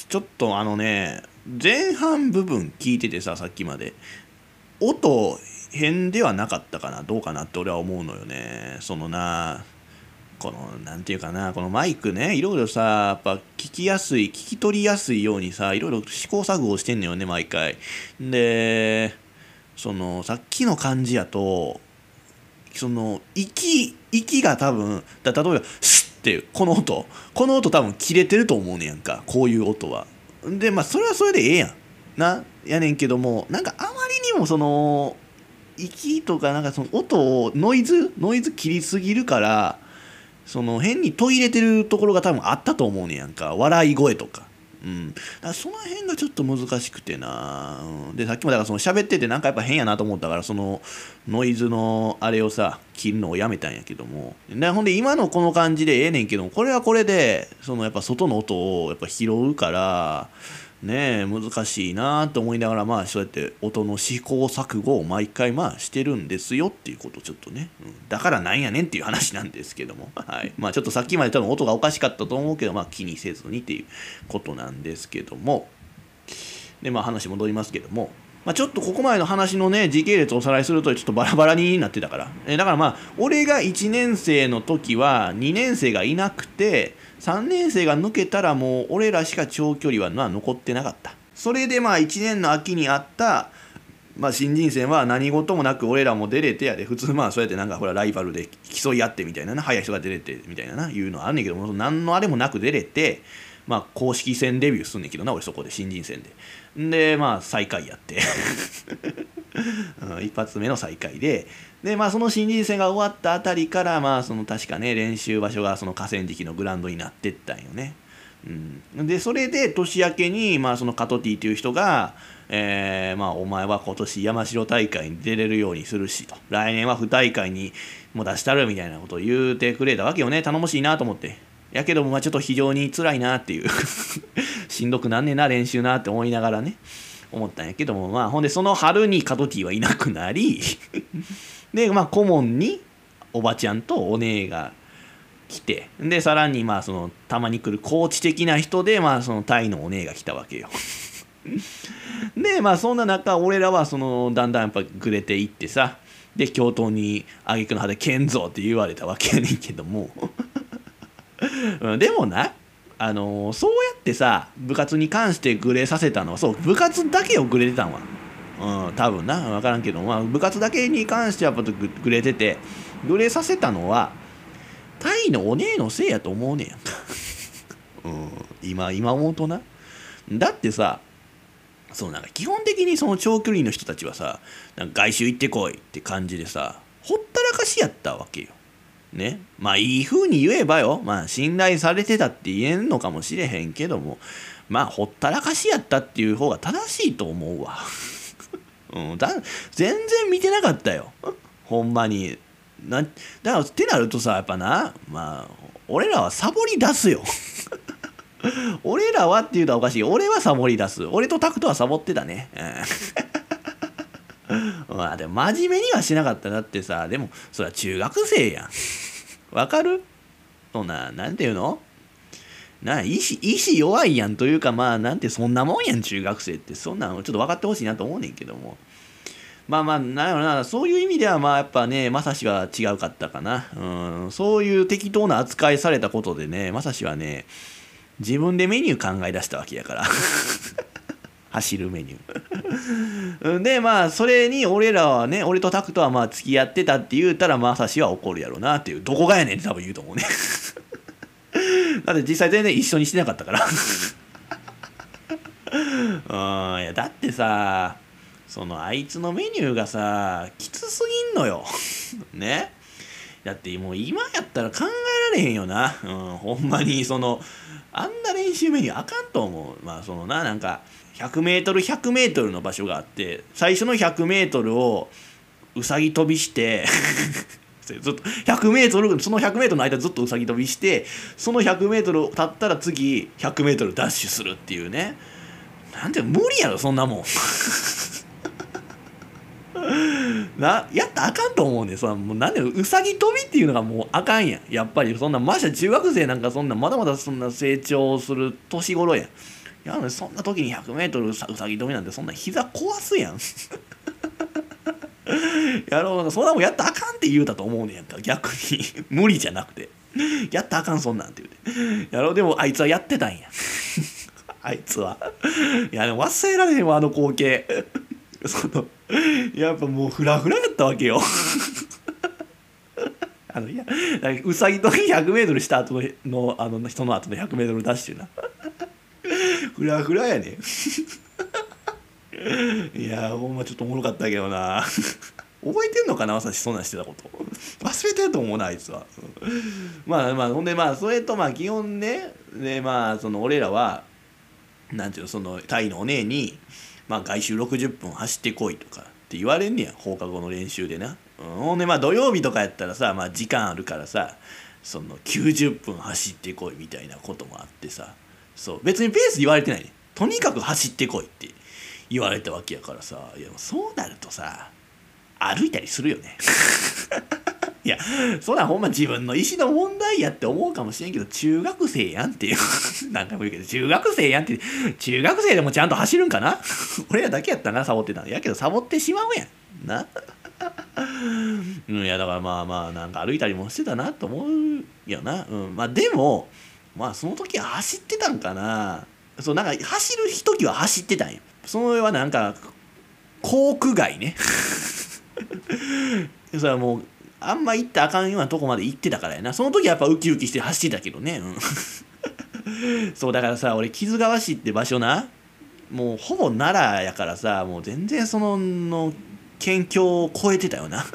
ちょっとあのね前半部分聞いててさ、さっきまで音変ではなかったかな、どうかなって俺は思うのよね。そのなこのなんていうかな、このマイクね、いろいろさやっぱ聞きやすい聞き取りやすいようにさいろいろ試行錯誤してんのよね毎回。でそのさっきの感じやとその息息が多分だ例えばスッってこの音この音多分切れてると思うねやんか、こういう音は。でまあそれはそれでええやんな、やねんけども、なんかあまりにもその息とかなんかその音をノイズノイズ切りすぎるから、その変に途切れてるところが多分あったと思うねやんか、笑い声とか。うん、だからその辺がちょっと難しくてな、うん、でさっきもだからその喋っててなんかやっぱ変やなと思ったから、そのノイズのあれをさ切るのをやめたんやけども、でほんで今のこの感じでええねんけども、これはこれでそのやっぱ外の音をやっぱ拾うからねえ難しいなと思いながら、まあそうやって音の試行錯誤を毎回まあしてるんですよっていうことをちょっとね、うん、だからなんやねんっていう話なんですけども、はい、まあちょっとさっきまで多分音がおかしかったと思うけど、まあ気にせずにっていうことなんですけども、でまあ話戻りますけども、まあ、ちょっとここまでの話のね時系列をおさらいするとちょっとバラバラになってたから、えだからまあ俺がいちねん生の時はにねん生がいなくて、さんねん生が抜けたらもう俺らしか長距離はまあ残ってなかった。それでまあいちねんの秋にあった、まあ、新人戦は何事もなく俺らも出れてやで、普通まあそうやってなんかほらライバルで競い合ってみたいなな、速い人が出れてみたいなないうのはあんねんけども、何のあれもなく出れて、まあ公式戦デビューすんねんけどな、俺そこで新人戦で。でまあ最下位やって、うん、一発目の最下位で、でまあその新人戦が終わったあたりからまあその確かね練習場所がその河川敷のグラウンドになってったんよね。うん、でそれで年明けにまあそのカトティという人が、 えー、まあお前は今年山城大会に出れるようにするしと、来年は府大会にも出したるみたいなことを言うてくれたわけよね。頼もしいなと思って。やけどもまあちょっと非常に辛いなっていうしんどくなんねんな練習なって思いながらね思ったんやけども、まあほんでその春にカトティはいなくなりでまあ顧問におばちゃんとお姉が来て、でさらにまあそのたまに来るコーチ的な人でまあそのタイのお姉が来たわけよでまあそんな中俺らはそのだんだんやっぱグレていってさ、で教頭に挙句の果て剣造って言われたわけやねんけどもでもな、あのー、そうやってさ部活に関してグレさせたのは、そう部活だけをグレてたんわ。うん、多分な分からんけど、まあ、部活だけに関してはやっぱググレてて、グレさせたのはタイのお姉のせいやと思うねんやんか、うん、今今思うとな。だってさ、そうなんか基本的にその長距離の人たちはさ、なんか外周行ってこいって感じでさ、ほったらかしやったわけよ。ね、まあいい風に言えばよ、まあ信頼されてたって言えんのかもしれへんけども、まあほったらかしやったっていう方が正しいと思うわ、うん、だ全然見てなかったよほんまに。なだからってなるとさ、やっぱな、まあ俺らはサボり出すよ俺らはって言うとおかしい、俺はサボり出す。俺とタクトはサボってたね、まあでも真面目にはしなかった。だってさ、でもそれは中学生やんわかる？そんな、なんていうのな、意志、意志弱いやんというか、まあなんてそんなもんやん中学生って。そんなのちょっと分かってほしいなと思うねんけども、まあまあなんやろな、そういう意味ではまあやっぱね、まさしは違うかったかな。うん、そういう適当な扱いされたことでね、まさしはね自分でメニュー考え出したわけやから走るメニューでまあそれに俺らはね、俺とタクトはまあ付き合ってたって言うたらまさしは怒るやろなっていう、どこがやねんって多分言うと思うねだって実際全然一緒にしてなかったからうん、いやだってさ、そのあいつのメニューがさきつすぎんのよね。だってもう今やったら考えられへんよな、うん、ほんまにそのあんな練習メニューあかんと思う。まあそのな、なんか ひゃくメートルひゃくメートル の場所があって、最初の ひゃくメートル をうさぎ跳びしてずっと ひゃくメートル、その ひゃくメートル の間ずっとうさぎ跳びして、その ひゃくメートル 経ったら次 ひゃくメートル ダッシュするっていうね。なんて無理やろそんなもんな、やったらあかんと思うねん。そのもうなんでうさぎ跳びっていうのがもうあかんやん。やっぱりそんなまして中学生なんかそんなまだまだそんな成長する年頃やん。いやそんな時に ひゃくメートル うさうさぎ跳びなんてそんな膝壊すやんやろう、なんかそんなもんやったらあかんって言うたと思うねんやんか、逆に無理じゃなくて、やったらあかんそんなんって言うて、やろう、でもあいつはやってたんやあいつはいやでも忘れられへんわあの光景そのやっぱもうフラフラやったわけよあのいやうさぎと ひゃくメートル した後ののあの人の後の ひゃくメートル ダッシュなフラフラやねんいやほんまちょっとおもろかったけどな覚えてんのかな、私そんなんしてたこと忘れてると思うなあいつはまあまあほんでまあそれとまあ基本ね、でまあその俺らはなんていうの、そのタイのお姉にまあ外周ろくじゅっぷん走ってこいとかって言われんねや、放課後の練習でな、うん、ほんでまあ土曜日とかやったらさ、まあ時間あるからさ、そのきゅうじゅっぷん走ってこいみたいなこともあってさ、そう別にペース言われてないね、とにかく走ってこいって言われたわけやからさ、いやそうなるとさ歩いたりするよねいやそらほんま自分の意思の問題やって思うかもしれんけど、中学生やんっていう何回も言うけど中学生やんって、中学生でもちゃんと走るんかな俺らだけやったなサボってたのやけど、サボってしまうやんなうん、いやだからまあまあなんか歩いたりもしてたなと思うよな、うん、まあでもまあその時は走ってたんかな、そうなんか走る時は走ってたんよ、それはなんか航空街ねそれはもうあんま行ったらあかんようなとこまで行ってたからやな。その時はやっぱウキウキして走ってたけどね、うん、そうだからさ、俺木津川市って場所な、もうほぼ奈良やからさ、もう全然そのの県境を越えてたよな、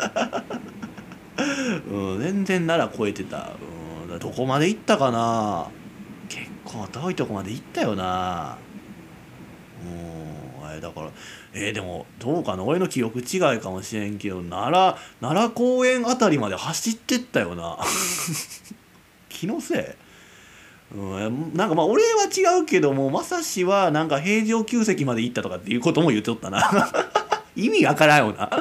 うん、全然奈良越えてた、うん、どこまで行ったかな、結構遠いとこまで行ったよな、うん、 れだから、えー、でもどうかな、俺の記憶違いかもしれんけど、奈良奈良公園あたりまで走ってったよな気のせい、うん、なんかまあ俺は違うけども、まさしはなんか平城宮跡まで行ったとかっていうことも言っておったな意味わからんよな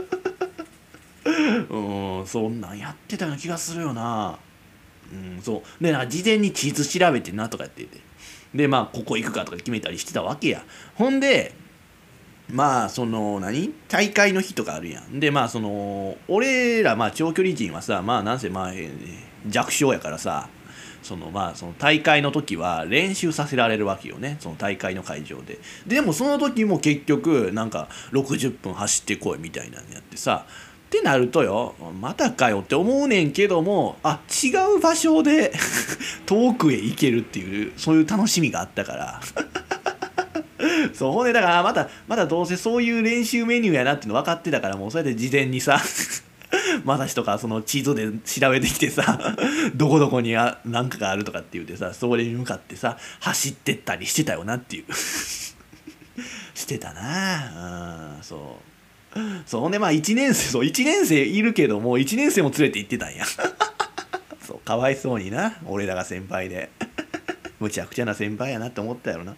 うん、そんなんやってたような気がするよな。うん、そうで、なんか事前に地図調べてなとかやってて、でまあここ行くかとか決めたりしてたわけや。ほんでまあその何大会の日とかあるやん。でまあその俺らまあ長距離陣はさ、まあなんせまあ、えー弱小やからさ、そのまあその大会の時は練習させられるわけよね、その大会の会場で。でもその時も結局なんかろくじゅっぷん走ってこいみたいなのやってさ、ってなるとよ、またかよって思うねんけども、あ、違う場所で遠くへ行けるっていう、そういう楽しみがあったからそう、ほんでだからまたまたどうせそういう練習メニューやなっていうの分かってたから、もうそれで事前にさまさしとかその地図で調べてきてさどこどこにあ何かがあるとかって言ってさ、それに向かってさ走ってったりしてたよなっていうしてたな。うん、そうそう。ほんでまあいちねん生、そういちねん生いるけどもいちねん生も連れて行ってたんやそう、かわいそうにな、俺らが先輩でむちゃくちゃな先輩やなって思ったやろな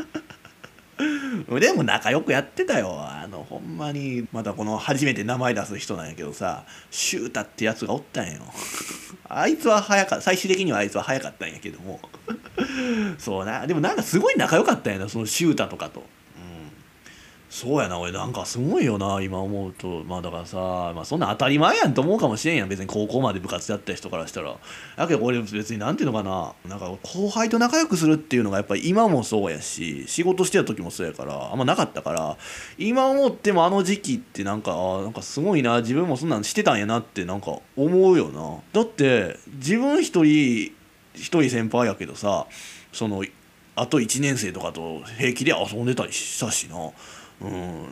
でも仲良くやってたよ。あのほんまにまたこの初めて名前出す人なんやけどさ、シュータってやつがおったんよあいつは早かった、最終的にはあいつは早かったんやけどもそうな、でもなんかすごい仲良かったんやな、そのシュータとかと。そうやな、俺なんかすごいよな今思うと。まあだからさ、まあそんな当たり前やんと思うかもしれんやん、別に高校まで部活やった人からしたら。だけど俺別になんていうのかな、なんか後輩と仲良くするっていうのがやっぱり今もそうやし、仕事してた時もそうやからあんまなかったから、今思ってもあの時期ってなんか、あなんかすごいな、自分もそんなんしてたんやなってなんか思うよな。だって自分一人一人先輩やけどさ、そのあといちねん生とかと平気で遊んでたりしたしな。うん、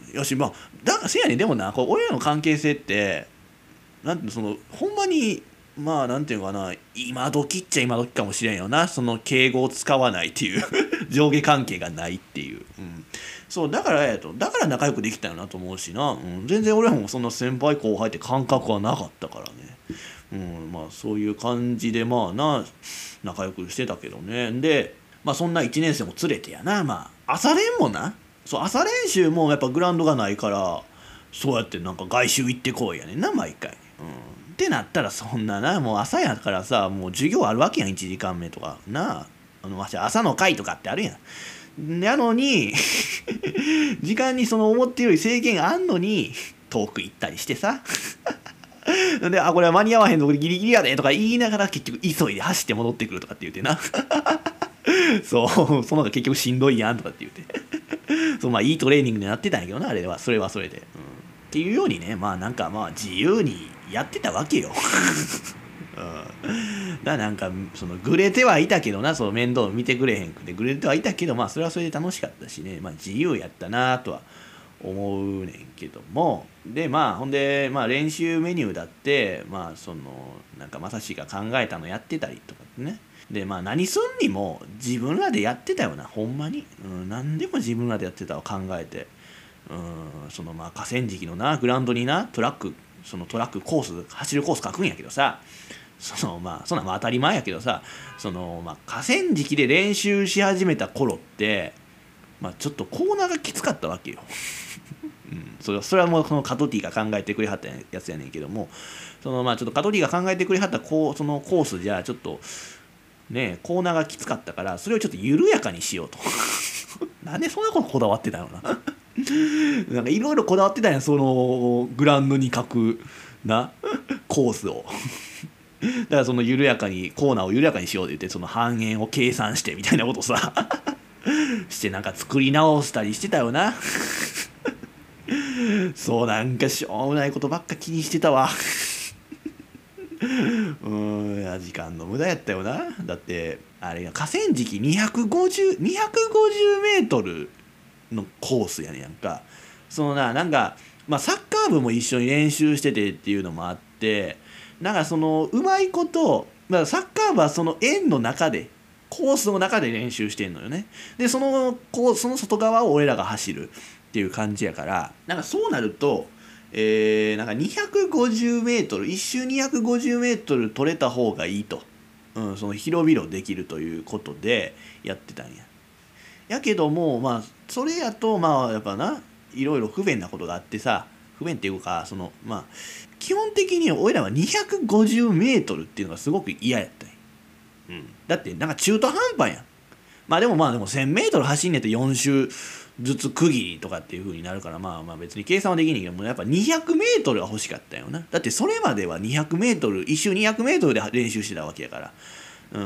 よし、まあだからせやねん。でもな、こう親の関係性ってなんていうの、そのほんまにまあなんていうのかな、今時っちゃ今時かもしれんよな、その敬語を使わないっていう上下関係がないっていう、うん、そうだからやとだから仲良くできたよなと思うしな、うん、全然俺もそんな先輩後輩って感覚はなかったからね、うん、まあそういう感じでまあな仲良くしてたけどね。でまあそんないちねん生も連れてやな、まあ朝練もな、そう朝練習もやっぱグラウンドがないから、そうやってなんか外周行ってこいやねんな毎回、うん、ってなったらそんなな、もう朝やからさ、もう授業あるわけやん、いちじかんめとかな、あの朝の会とかってあるやん。なのに時間にその思ってるより制限あんのに遠く行ったりしてさで、あこれは間に合わへんぞ、これギリギリやでとか言いながら結局急いで走って戻ってくるとかって言ってなそうその方が結局しんどいやんとかって言ってそう、まあいいトレーニングになってたんやけどな、あれはそれはそれで、うん、っていうようにね、まあなんかまあ自由にやってたわけよ、うん、だからなんかそのグレてはいたけどな、その面倒見てくれへんくてグレてはいたけど、まあそれはそれで楽しかったしね、まあ自由やったなとは思うねんけども。でまあほんでまあ練習メニューだってまあそのなんかまさしが考えたのやってたりとかね。でまあ何すんにも自分らでやってたよな、ほんまに、うん、何でも自分らでやってたわ、考えて、うん、そのまあ河川敷のなグラウンドになトラック、そのトラックコース走るコース書くんやけどさ、そのまあそんなんまあ当たり前やけどさ、そのまあ河川敷で練習し始めた頃ってまあちょっとコーナーがきつかったわけようん、それはそれはもうそのカトティが考えてくれはったやつやねんけども、そのまあちょっとカトティが考えてくれはったこうそのコースじゃちょっとねコーナーがきつかったから、それをちょっと緩やかにしようとなんでそんなことこだわってたのななんかいろいろこだわってたんや、そのグラウンドに書くなコースをだからその緩やかにコーナーを緩やかにしようって言って、その半円を計算してみたいなことさしてなんか作り直したりしてたよなそうなんかしょうもないことばっか気にしてたわうーん時間の無駄やったよな。だってあれが河川敷にひゃくごじゅう、にひゃくごじゅうメートルのコースやねんやんか。そのななんかまあサッカー部も一緒に練習しててっていうのもあって、なんかそのうまいこと、まあ、サッカー部はその円の中でコースの中で練習してんのよね。でそのこうその外側を俺らが走るっていう感じやから、なんかそうなると、えー、なんかにひゃくごじゅうメートル一周にひゃくごじゅうメートル取れた方がいいと、うん、その広々できるということでやってたんや。やけどもまあそれやとまあやっぱないろいろ不便なことがあってさ、不便っていうかそのまあ基本的に俺らはにひゃくごじゅうメートルっていうのがすごく嫌やったんや。うん、だってなんか中途半端やん。まあでもまあでもせんメートル走んねえとよん周ずつ区切りとかっていう風になるから、まあまあ別に計算はできないけども、やっぱにひゃくメートルは欲しかったよな。だってそれまではにひゃくメートル一周にひゃくメートルで練習してたわけやから。うん、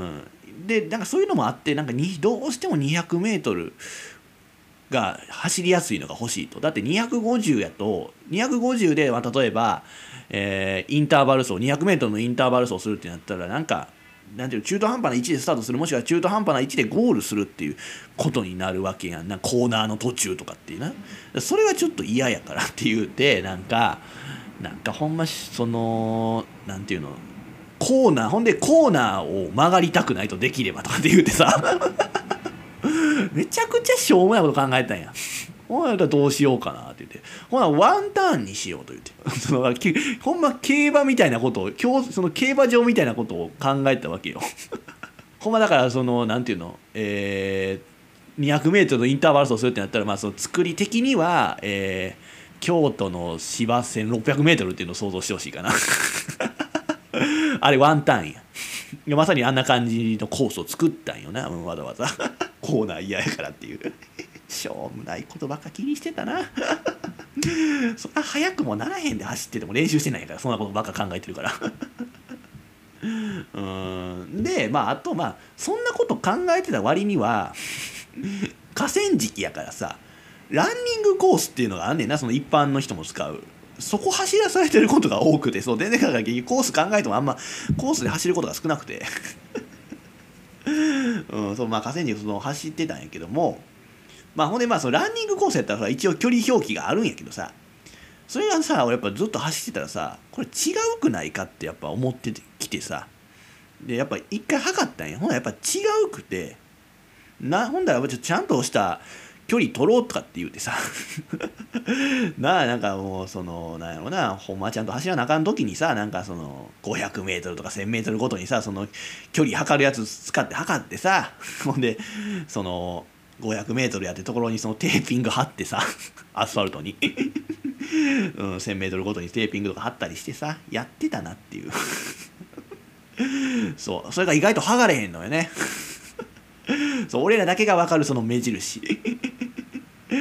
でなんかそういうのもあって、なんかにどうしてもにひゃくメートルが走りやすいのが欲しいと。だってにひゃくごじゅうやとにひゃくごじゅうで、まあ、例えば、えー、インターバル走にひゃくメートルのインターバル走するってなったら、なんかなんていう中途半端な位置でスタートする、もしくは中途半端な位置でゴールするっていうことになるわけやんな。コーナーの途中とかっていうな。それはちょっと嫌やからって言うて、なんかなんかほんまそのなんていうの、コーナーほんでコーナーを曲がりたくないとできればとかって言うてさめちゃくちゃしょうもないこと考えたんや。ほなどうしようかなって言って、ほなワンターンにしようと言ってそのほんま競馬みたいなことを今日その競馬場みたいなことを考えたわけよほんまだからそのなんていうの、えー、にひゃくメートルのインターバル走するってなったら、まあその作り的には、えー、京都の芝せんろっぴゃくメートルっていうのを想像してほしいかなあれワンターンや。いやまさにあんな感じのコースを作ったんよな、わざわざコーナー嫌やからっていうしょうもないことばっか気にしてたなそんな早くもならへんで走ってても練習してないから、そんなことばっか考えてるからうーんでまああとまあそんなこと考えてた割には河川敷やからさ、ランニングコースっていうのがあんねんな、その一般の人も使う。そこ走らされてることが多くて、そう全然だからコース考えてもあんまコースで走ることが少なくてうん、そうまあ河川敷その走ってたんやけども、まあほんでまあそのランニングコースやったら一応距離表記があるんやけどさ、それがさ俺やっぱずっと走ってたらさ、これ違うくないかってやっぱ思ってきてさ、でやっぱ一回測ったんや。ほんならやっぱ違うくてな、ほんだらちゃんとした距離取ろうとかって言うてさなあなんかもうそのなんやろな、ほんまちゃんと走らなあかん時にさ、なんかそのごひゃくメートルとかせんメートルごとにさ、その距離測るやつ使って測ってさほんでそのごひゃくメートルやってところにそのテーピング貼ってさアスファルトにうん、せんメートルごとにテーピングとか貼ったりしてさやってたなっていうそうそれが意外と剥がれへんのよねそう俺らだけが分かるその目印うん、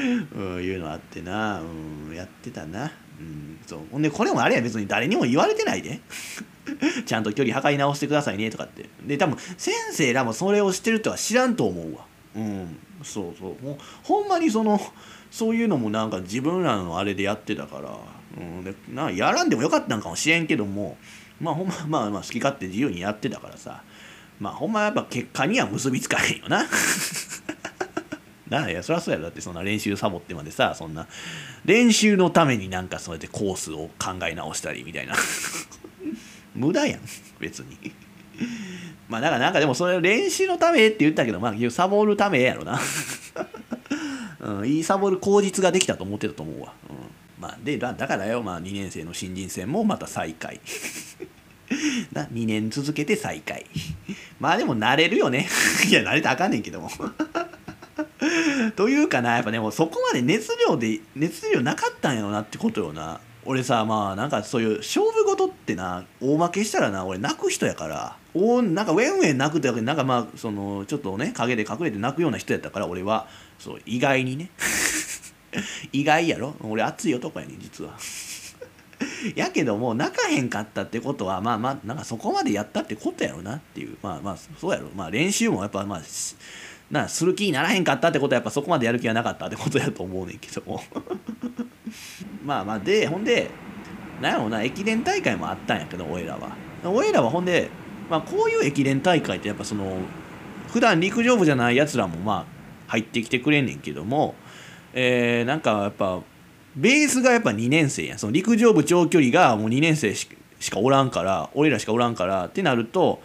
いうのあってな、うん、やってたな、うん、そうほんでこれもあれや別に誰にも言われてないでちゃんと距離測り直してくださいねとかって。で多分先生らもそれをしてるとは知らんと思うわ。うんそうそうもうほんまにそのそういうのもなんか自分らのあれでやってたから、うん、でなやらんでもよかったんかもしれんけども、まあほんままあまあ好き勝手自由にやってたからさ、まあほんまやっぱ結果には結びつかへんよななあいやそりゃそうやろ。だってそんな練習サボってまでさ、そんな練習のためになんかそうやってコースを考え直したりみたいな無駄やん別にまあだからなんかでもそれ練習のためって言ったけど、まあサボるためやろなうん、いいサボる口実ができたと思ってたと思うわ、うん、まあでだからよ、まあ、にねん生の新人戦もまた再開なにねん続けて再開まあでも慣れるよねいや慣れたらあかんねんけどもというかな、やっぱねもうそこまで熱量で熱量なかったんやろなってことよな。俺さまあなんかそういう勝負事ってな、大負けしたらな俺泣く人やから、おなんかウェンウェン泣くってわけで、なんかまあそのちょっとね陰で隠れて泣くような人やったから、俺はそう意外にね意外やろ、俺熱い男やねん実はやけども泣かへんかったってことはまあまあなんかそこまでやったってことやろなっていう、まあまあそうやろ、まあ練習もやっぱまあなする気にならへんかったってことはやっぱそこまでやる気はなかったってことやと思うねんけどもまあまあでほんでなんやろうな、駅伝大会もあったんやけど俺らは俺らはほんで、まあ、こういう駅伝大会ってやっぱその普段陸上部じゃないやつらもまあ入ってきてくれんねんけども、えー、なんかやっぱベースがやっぱにねん生やん。その陸上部長距離がもうにねん生しかおらんから、俺らしかおらんからってなると、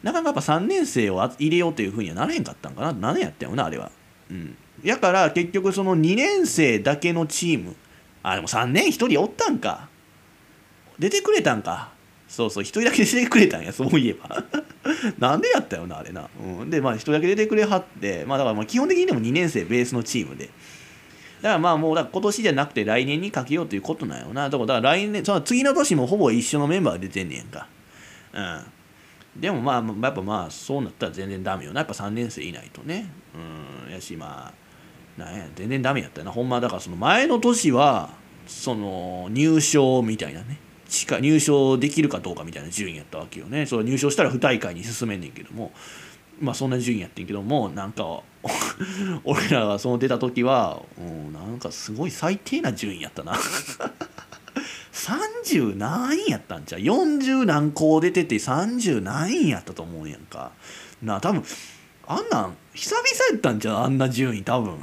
なかなかやっぱさんねん生を入れようというふうにはならへんかったんかな。何年やったよなあれは。うん。やから結局そのにねん生だけのチーム、あでもさんねんひとりおったんか、出てくれたんか。そうそう、ひとりだけ出てくれたんや、そういえば。なんでやったよなあれな。うん、でまあひとりだけ出てくれはって、まあだからまあ基本的にでもにねん生ベースのチームで、だからまあもうだから今年じゃなくて来年にかけようということなんよな。だからだから来年その次の年もほぼ一緒のメンバーが出てんねやんか。うん。でもまあやっぱまあそうなったら全然ダメよな。やっぱさんねん生いないとね。うん。やしまあなんや全然ダメやったよな。ほんまだからその前の年はその入賞みたいなね。近入賞できるかどうかみたいな順位やったわけよね。それ入賞したらに大会に進めんねんけども、まあそんな順位やってんけども、なんか俺らがその出た時は、うん、なんかすごい最低な順位やったな。さんじゅう何位やったんちゃう ?よんじゅう 何校出ててさんじゅう何位やったと思うやんか。なあ多分あんなん久々やったんちゃうあんな順位多分。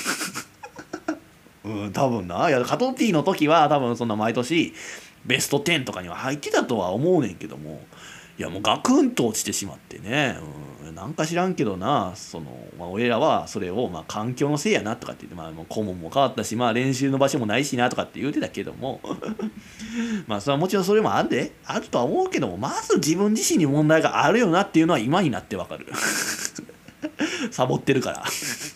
うん多分な。いやカトティの時は多分そんな毎年ベストじゅうとかには入ってたとは思うねんけども、いやもうガクンと落ちてしまってね、うん、なんか知らんけどな、その、まあ、俺らはそれをまあ環境のせいやなとかって言って、まあ、もう顧問も変わったし、まあ、練習の場所もないしなとかって言うてたけどもまあそれはもちろんそれもあるであるとは思うけども、まず自分自身に問題があるよなっていうのは今になってわかるサボってるから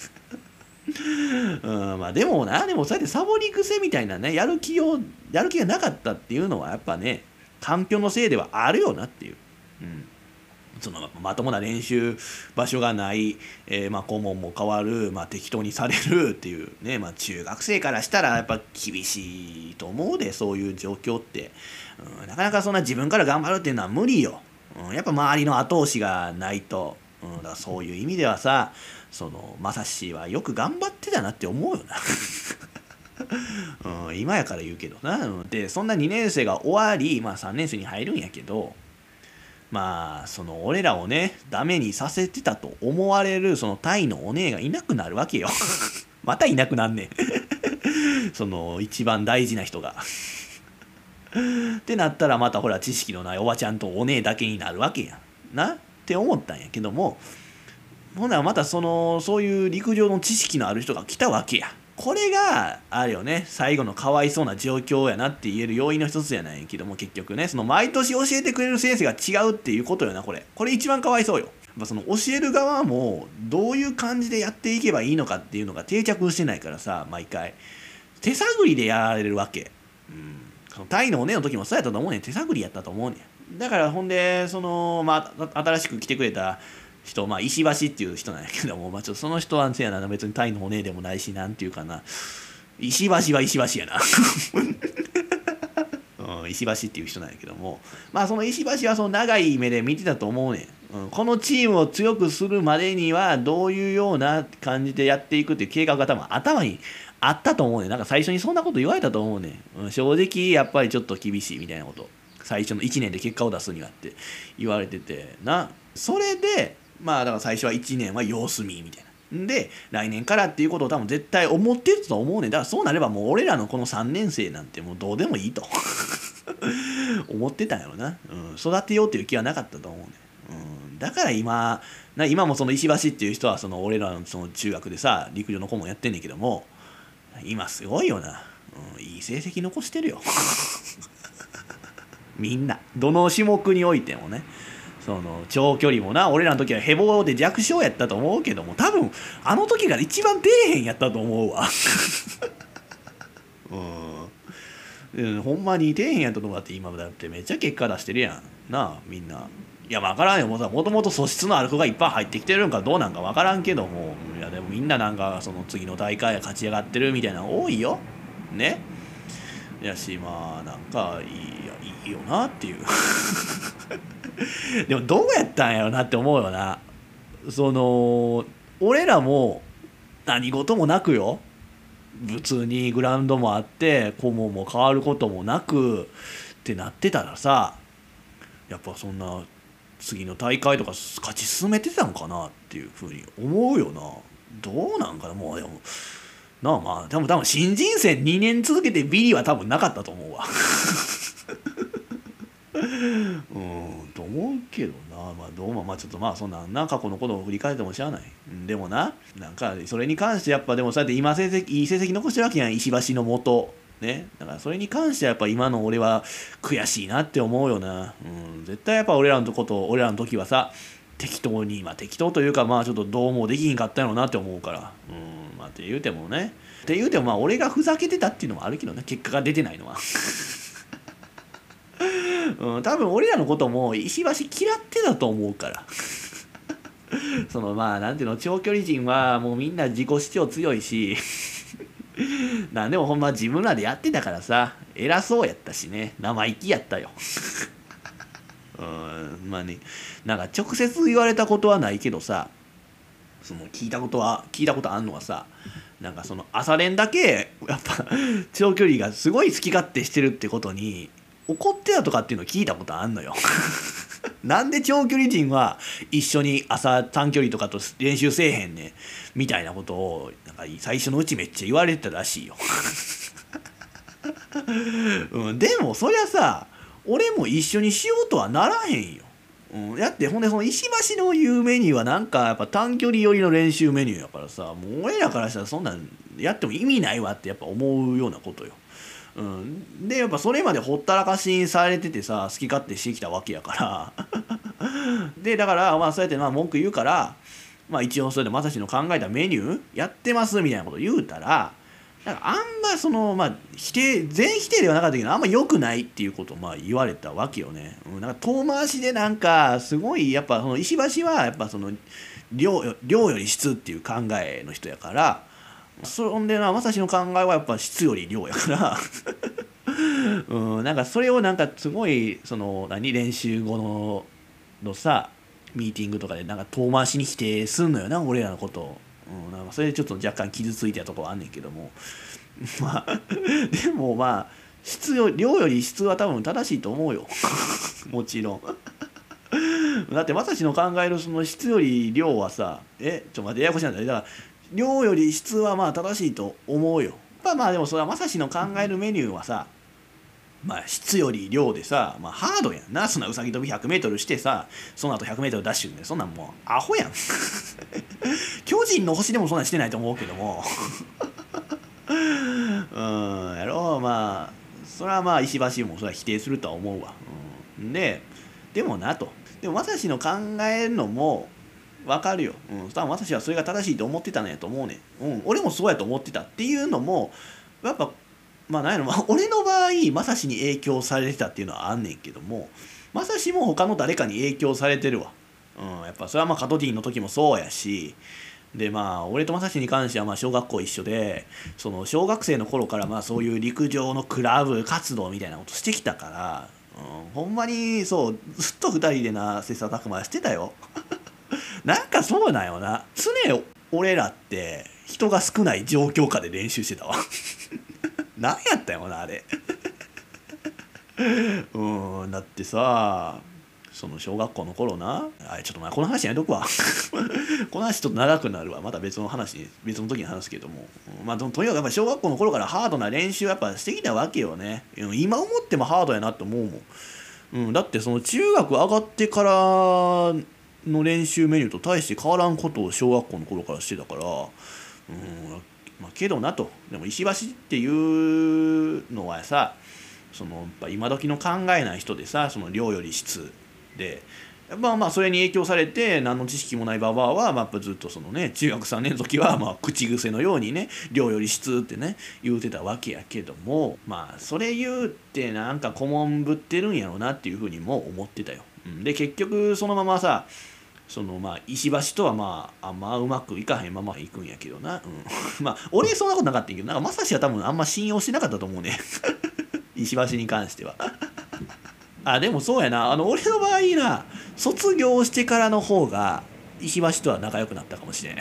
うんまあでもな、でもそうやってサボり癖みたいなね、やる気をやる気がなかったっていうのはやっぱね、環境のせいではあるよなっていう、うん、そのまともな練習場所がない、えー、まあ顧問も変わる、まあ、適当にされるっていうね、まあ、中学生からしたらやっぱ厳しいと思うで、そういう状況って、うん、なかなかそんな自分から頑張るっていうのは無理よ、うん、やっぱ周りの後押しがないと、うん、だからそういう意味ではさ、そのまさしはよく頑張ってたなって思うよな、うん、今やから言うけどな。でそんなにねん生が終わり、まあ、さんねん生に入るんやけど、まあその俺らをねダメにさせてたと思われるそのタイのお姉がいなくなるわけよまたいなくなんねんその一番大事な人がってなったらまたほら知識のないおばちゃんとお姉だけになるわけやなって思ったんやけども、ほんならまたそのそういう陸上の知識のある人が来たわけや。これがあるよね、最後のかわいそうな状況やなって言える要因の一つじゃないけども、結局ねその毎年教えてくれる先生が違うっていうことよな。これこれ一番かわいそうよ。やっぱその教える側もどういう感じでやっていけばいいのかっていうのが定着してないからさ、毎回手探りでやられるわけ。うん、そのタイのおねの時もそうやったと思うねん。手探りやったと思うねん。だからほんでそのまあ新しく来てくれた人、まあ、石橋っていう人なんやけども、まあ、ちょっとその人はせやな、別にタイのお姉でもないし、なんていうかな、石橋は石橋やな、うん、石橋っていう人なんやけども、まあその石橋はその長い目で見てたと思うねん、うん、このチームを強くするまでにはどういうような感じでやっていくっていう計画が多分頭にあったと思うねん。なんか最初にそんなこと言われたと思うねん、うん、正直やっぱりちょっと厳しいみたいなこと、最初のいちねんで結果を出すにはって言われててな。それでまあだから最初はいちねんは様子見みたいな。で来年からっていうことを多分絶対思ってると思うねん。だからそうなればもう俺らのこのさんねん生なんてもうどうでもいいと思ってたんやろな、うん、育てようっていう気はなかったと思うねん、うん、だから今な今もその石橋っていう人はその俺らのその中学でさ陸上の顧問やってんねんけども、今すごいよな、うん、いい成績残してるよみんなどの種目においてもね。その長距離もな、俺らの時はヘボで弱小やったと思うけども、多分あの時が一番出えへんやったと思うわうん、ほんまに出えへんやったと思う。だって今だってめっちゃ結果出してるやんなあ、みんな。いや分からんよ、もともと素質のある子がいっぱい入ってきてるんかどうなんか分からんけども、いやでもみんななんかその次の大会勝ち上がってるみたいなの多いよね。やしまあなんかいいいいよなっていうでもどうやったんやろなって思うよな。その俺らも何事もなくよ、普通にグラウンドもあって顧問も変わることもなくってなってたらさ、やっぱそんな次の大会とか勝ち進めてたのかなっていうふうに思うよな。どうなんかな。もうでもなあ、まあでも多分新人戦にねん続けてビリは多分なかったと思うわうん、ど思うけどな。まあどうもまあちょっとまあそんなんな過去のことを振り返ってもしゃあない。うんでもな、なんかそれに関してやっぱでもそうやって今成績いい成績残してるわけやん、石橋のもと。ね、だからそれに関してはやっぱ今の俺は悔しいなって思うよな。うん、絶対やっぱ俺らのこと俺らの時はさ適当にまあ適当というかまあちょっとどうもできひんかったよなって思うから。うんまあって言うてもね。って言うてもまあ俺がふざけてたっていうのもあるけどね、結果が出てないのは。うん、多分俺らのことも石橋嫌ってたと思うから。そのまあなんていうの長距離陣はもうみんな自己主張強いしなんでもほんま自分らでやってたからさ偉そうやったしね生意気やったよ。うんまあねなんか直接言われたことはないけどさその聞いたことは聞いたことあんのはさなんかその朝練だけやっぱ長距離がすごい好き勝手してるってことに怒ってたとかっていうのを聞いたことあんのよ。なんで長距離陣は一緒に朝短距離とかと練習せえへんねんみたいなことをなんか最初のうちめっちゃ言われてたらしいよ。うん、でもそりゃさ俺も一緒にしようとはならへんよ。うん、やってほんでその石橋の言うメニューはなんかやっぱ短距離寄りの練習メニューやからさもう俺らからしたらそんなんやっても意味ないわってやっぱ思うようなことよ。うん、でやっぱそれまでほったらかしにされててさ好き勝手してきたわけやからでだからまあそうやってまあ文句言うからまあ一応それでまさしの考えたメニューやってますみたいなこと言うたらなんかあんまそのまあ否定全否定ではなかったけどあんま良くないっていうことをまあ言われたわけよね。うん、なんか遠回しでなんかすごいやっぱその石橋はやっぱその量量より質っていう考えの人やからそんでなまさしの考えはやっぱ質より量やからうん、なんかそれをなんかすごいその何練習後ののさミーティングとかでなんか遠回しに否定すんのよな俺らのことを、うん、なんかそれでちょっと若干傷ついたところはあんねんけどもまあでもまあ質よ量より質は多分正しいと思うよ。もちろんだってまさしの考えるその質より量はさえちょっと待ってややこしいなんだよだから量より質はまあ正しいと思うよ。まあまあでもそれはまさしの考えるメニューはさまあ質より量でさ、まあ、ハードやんな。そんなうさぎ跳びひゃくメートルしてさその後ひゃくメートルダッシュでそんなんもうアホやん。巨人の星でもそんなんしてないと思うけどもうんやろうまあそれはまあ石橋もそれは否定するとは思うわ、うん、ででもなとでもまさしの考えるのも分かるよ、うん、多分私はそれが正しいと思ってたのやと思うねん、うん、俺もそうやと思ってたっていうのもやっぱまあ何やろ、まあ、俺の場合まさしに影響されてたっていうのはあんねんけどもまさしも他の誰かに影響されてるわ、うん、やっぱそれはまあカトティンの時もそうやしでまあ俺とまさしに関してはまあ小学校一緒でその小学生の頃からまあそういう陸上のクラブ活動みたいなことしてきたから、うん、ほんまにそうずっとふたりでな切磋琢磨してたよ。なんかそうなんよな常俺らって人が少ない状況下で練習してたわ。何やったよなあれ。うんだってさその小学校の頃なあちょっとまあこの話やめとくわ。この話ちょっと長くなるわまた別の話別の時に話すけども、まあとにかくやっぱ小学校の頃からハードな練習やっぱしてきたわけよね。今思ってもハードやなって思うもん、うん、だってその中学上がってからの練習メニューと大して変わらんことを小学校の頃からしてたから、うんまあ、けどなとでも石橋っていうのはさそのやっぱ今時の考えない人でさその量より質でまあまあそれに影響されて何の知識もないババアはまあやっぱずっとそのね中学さんねんの時はまあ口癖のようにね量より質ってね言うてたわけやけどもまあそれ言うってなんか顧問ぶってるんやろうなっていうふうにも思ってたよ。で結局そのままさそのまあ石橋とはまああんまうまくいかへんままいくんやけどな、うん、まあ俺そんなことなかったんやけどなんかまさしは多分あんま信用してなかったと思うね。石橋に関しては。あでもそうやなあの俺の場合な卒業してからの方が石橋とは仲良くなったかもしれん。うん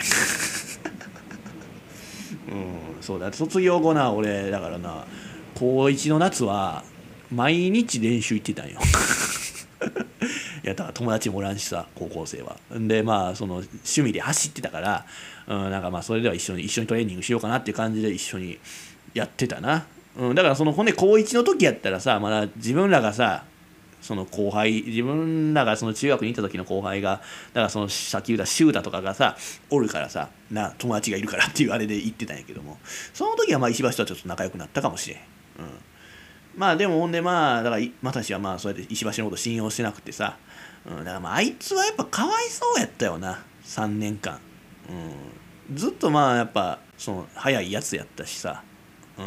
そうだ卒業後な俺だからな高いちの夏は毎日練習行ってたんよ。いやだから友達もおらんしさ高校生はでまあその趣味で走ってたから、うん、なんかまあそれでは一緒に一緒にトレーニングしようかなっていう感じで一緒にやってたな、うん、だからそのほんで高いちの時やったらさまだ自分らがさその後輩、自分らがその中学に行った時の後輩が、だからそのさっき言ったシュータとかがさおるからさな、友達がいるからっていうあれで言ってたんやけども、その時はまあ石橋とはちょっと仲良くなったかもしれん。うん、まあでもほんでまあだから又吉はまあそうやって石橋のこと信用してなくてさ、うん、だからまああいつはやっぱかわいそうやったよな、さんねんかん。うん、ずっとまあやっぱその早いやつやったしさ、うん、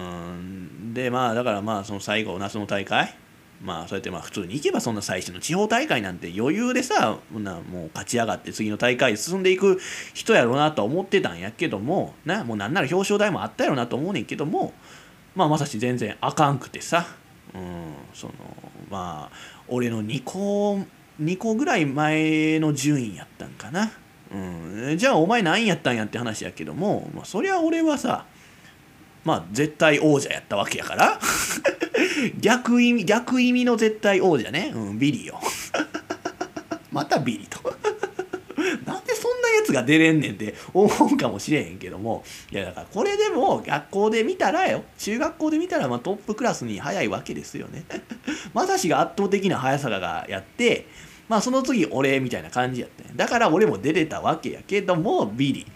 でまあだからまあその最後夏の大会、まあそうやってまあ普通に行けばそんな最初の地方大会なんて余裕でさなもう勝ち上がって次の大会進んでいく人やろうなとは思ってたんやけどもな、もうなんなら表彰台もあったやろうなと思うねんけども、まあまさし全然あかんくてさ、うん、そのまあ俺のにこにこぐらい前の順位やったんかな。うん、じゃあお前何位やったんやって話やけども、まあ、そりゃ俺はさまあ絶対王者やったわけやから逆意味逆意味の絶対王者ね、うん、ビリよまたビリとなんでそんなやつが出れんねんって思うかもしれへんけども、いやだからこれでも学校で見たらよ、中学校で見たらまあトップクラスに速いわけですよねまさしが圧倒的な速さがやって、まあその次俺みたいな感じやったんや。だから俺も出れたわけやけどもビリ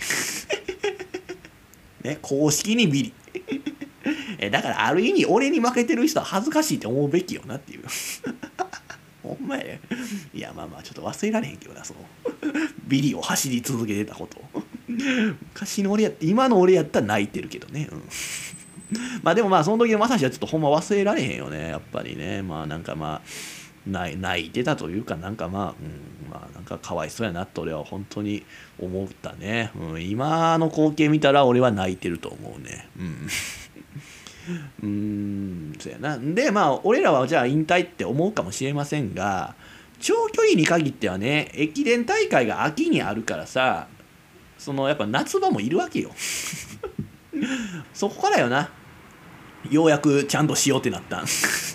ね、公式にビリえだからある意味俺に負けてる人は恥ずかしいって思うべきよなっていうほんまや。いやまあまあちょっと忘れられへんけどな、そのビリを走り続けてたこと昔の俺やって今の俺やったら泣いてるけどね、うん、まあでもまあその時のまさしはちょっとほんま忘れられへんよね、やっぱりね。まあなんかまあ泣いてたというかなんかまあ、うん、まあなんかかわいそうやなと俺は本当に思ったね、うん、今の光景見たら俺は泣いてると思うね。うんうーんそうやな。でまあ俺らはじゃあ引退って思うかもしれませんが、長距離に限ってはね駅伝大会が秋にあるからさ、そのやっぱ夏場もいるわけよそこからよな、ようやくちゃんとしようってなったん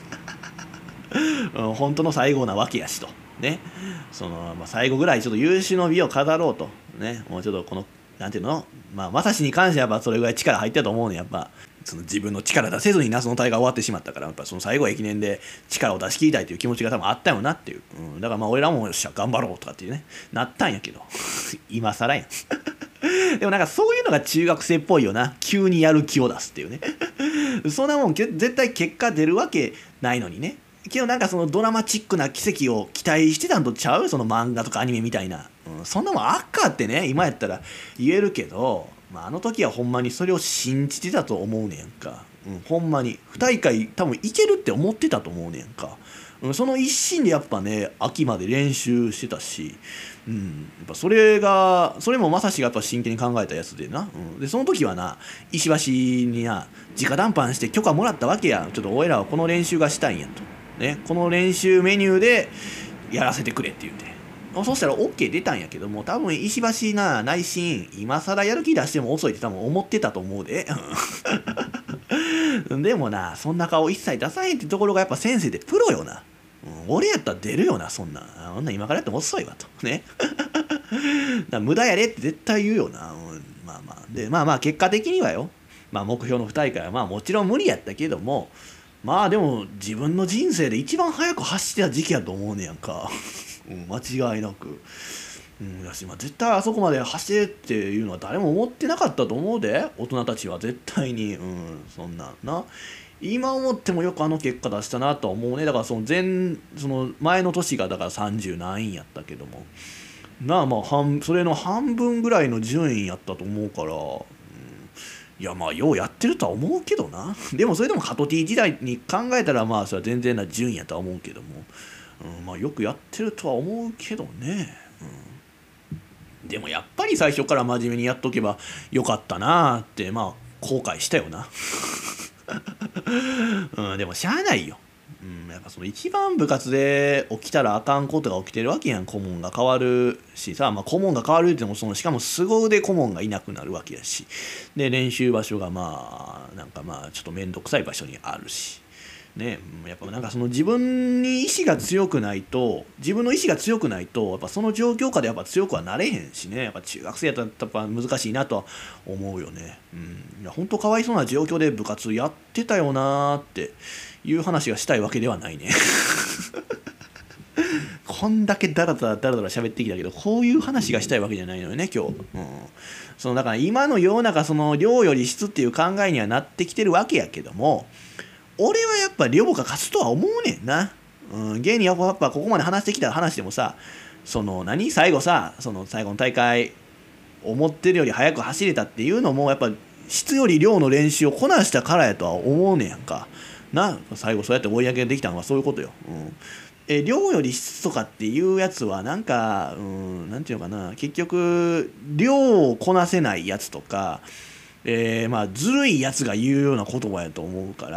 うん、本当の最後なわけやしとね、その、まあ、最後ぐらいちょっと優秀の美を飾ろうとね、もうちょっとこのなんていうの、まあまさしに関してはやっぱそれぐらい力入ってたと思うね。やっぱその自分の力出せずに夏の大会終わってしまったから、やっぱその最後駅伝で力を出し切りたいという気持ちが多分あったよなっていう、うん、だからまあ俺らもよっしゃ頑張ろうとかっていうねなったんやけど今更やんでもなんかそういうのが中学生っぽいよな、急にやる気を出すっていうねそんなもん絶対結果出るわけないのにね。けどなんかそのドラマチックな奇跡を期待してたんとちゃう、その漫画とかアニメみたいな、うん、そんなもんあっかってね今やったら言えるけど、まあ、あの時はほんまにそれを信じてたと思うねんか、うん、ほんまにに大会多分いけるって思ってたと思うねんか、うん、その一心でやっぱね秋まで練習してたし、うん、やっぱそれがそれもまさしがやっぱ真剣に考えたやつでな、うん、でその時はな石橋にな直談判して許可もらったわけや。ちょっと俺らはこの練習がしたいんやとね、この練習メニューでやらせてくれって言って、そしたら OK 出たんやけども、多分石橋な内心今更やる気出しても遅いって多分思ってたと思うででもなそんな顔一切出さへんってところがやっぱ先生でプロよな、うん、俺やったら出るよな、そんなそんな今からやっても遅いわとねだ無駄やれって絶対言うよな、うん、まあまあでまあまあ結果的にはよ、まあ目標のに大会はまあもちろん無理やったけども、まあでも自分の人生で一番速く走ってた時期やと思うねやんか、うん、間違いなく、うん、だし、まあ、絶対あそこまで走れっていうのは誰も思ってなかったと思うで、大人たちは絶対に、うん、そんなんな今思ってもよくあの結果出したなとは思うね。だからその前その前の年がだからさんじゅう何位やったけどもなあ、まあ半それの半分ぐらいの順位やったと思うから、いやまあようやってるとは思うけどな。でもそれでもカトティ時代に考えたらまあそれは全然な順位やとは思うけども、うん、まあよくやってるとは思うけどね、うん、でもやっぱり最初から真面目にやっとけばよかったなってまあ後悔したよな、うん、でもしゃあないよ、うん、やっぱその一番部活で起きたらあかんことが起きてるわけやん。顧問が変わるしさ、まあ、顧問が変わるってもそのしかも凄腕顧問がいなくなるわけやし、で練習場所がまあなんかまあちょっと面倒くさい場所にあるしね、やっぱなんかその自分に意志が強くないと自分の意志が強くないとやっぱその状況下でやっぱ強くはなれへんしね、やっぱ中学生やったらやっぱ難しいなとは思うよね。うん、いや本当かわいそうな状況で部活やってたよなーっていう話がしたいわけではないねこんだけダラダラダラダラ喋ってきたけど、こういう話がしたいわけじゃないのよね今日。うん、そのだから今の世の中、その量より質っていう考えにはなってきてるわけやけども、俺はやっぱ量が勝つとは思うねんな。うん、芸人はやっぱここまで話してきた話でもさ、その何最後さ、その最後の大会思ってるより速く走れたっていうのもやっぱ質より量の練習をこなしたからやとは思うねやんかな。最後そうやって追い上げできたのはそういうことよ。うん、え量より質とかっていうやつはなんか、うん、なんていうのかな、結局量をこなせないやつとか、えー、まあずるいやつが言うような言葉やと思うから、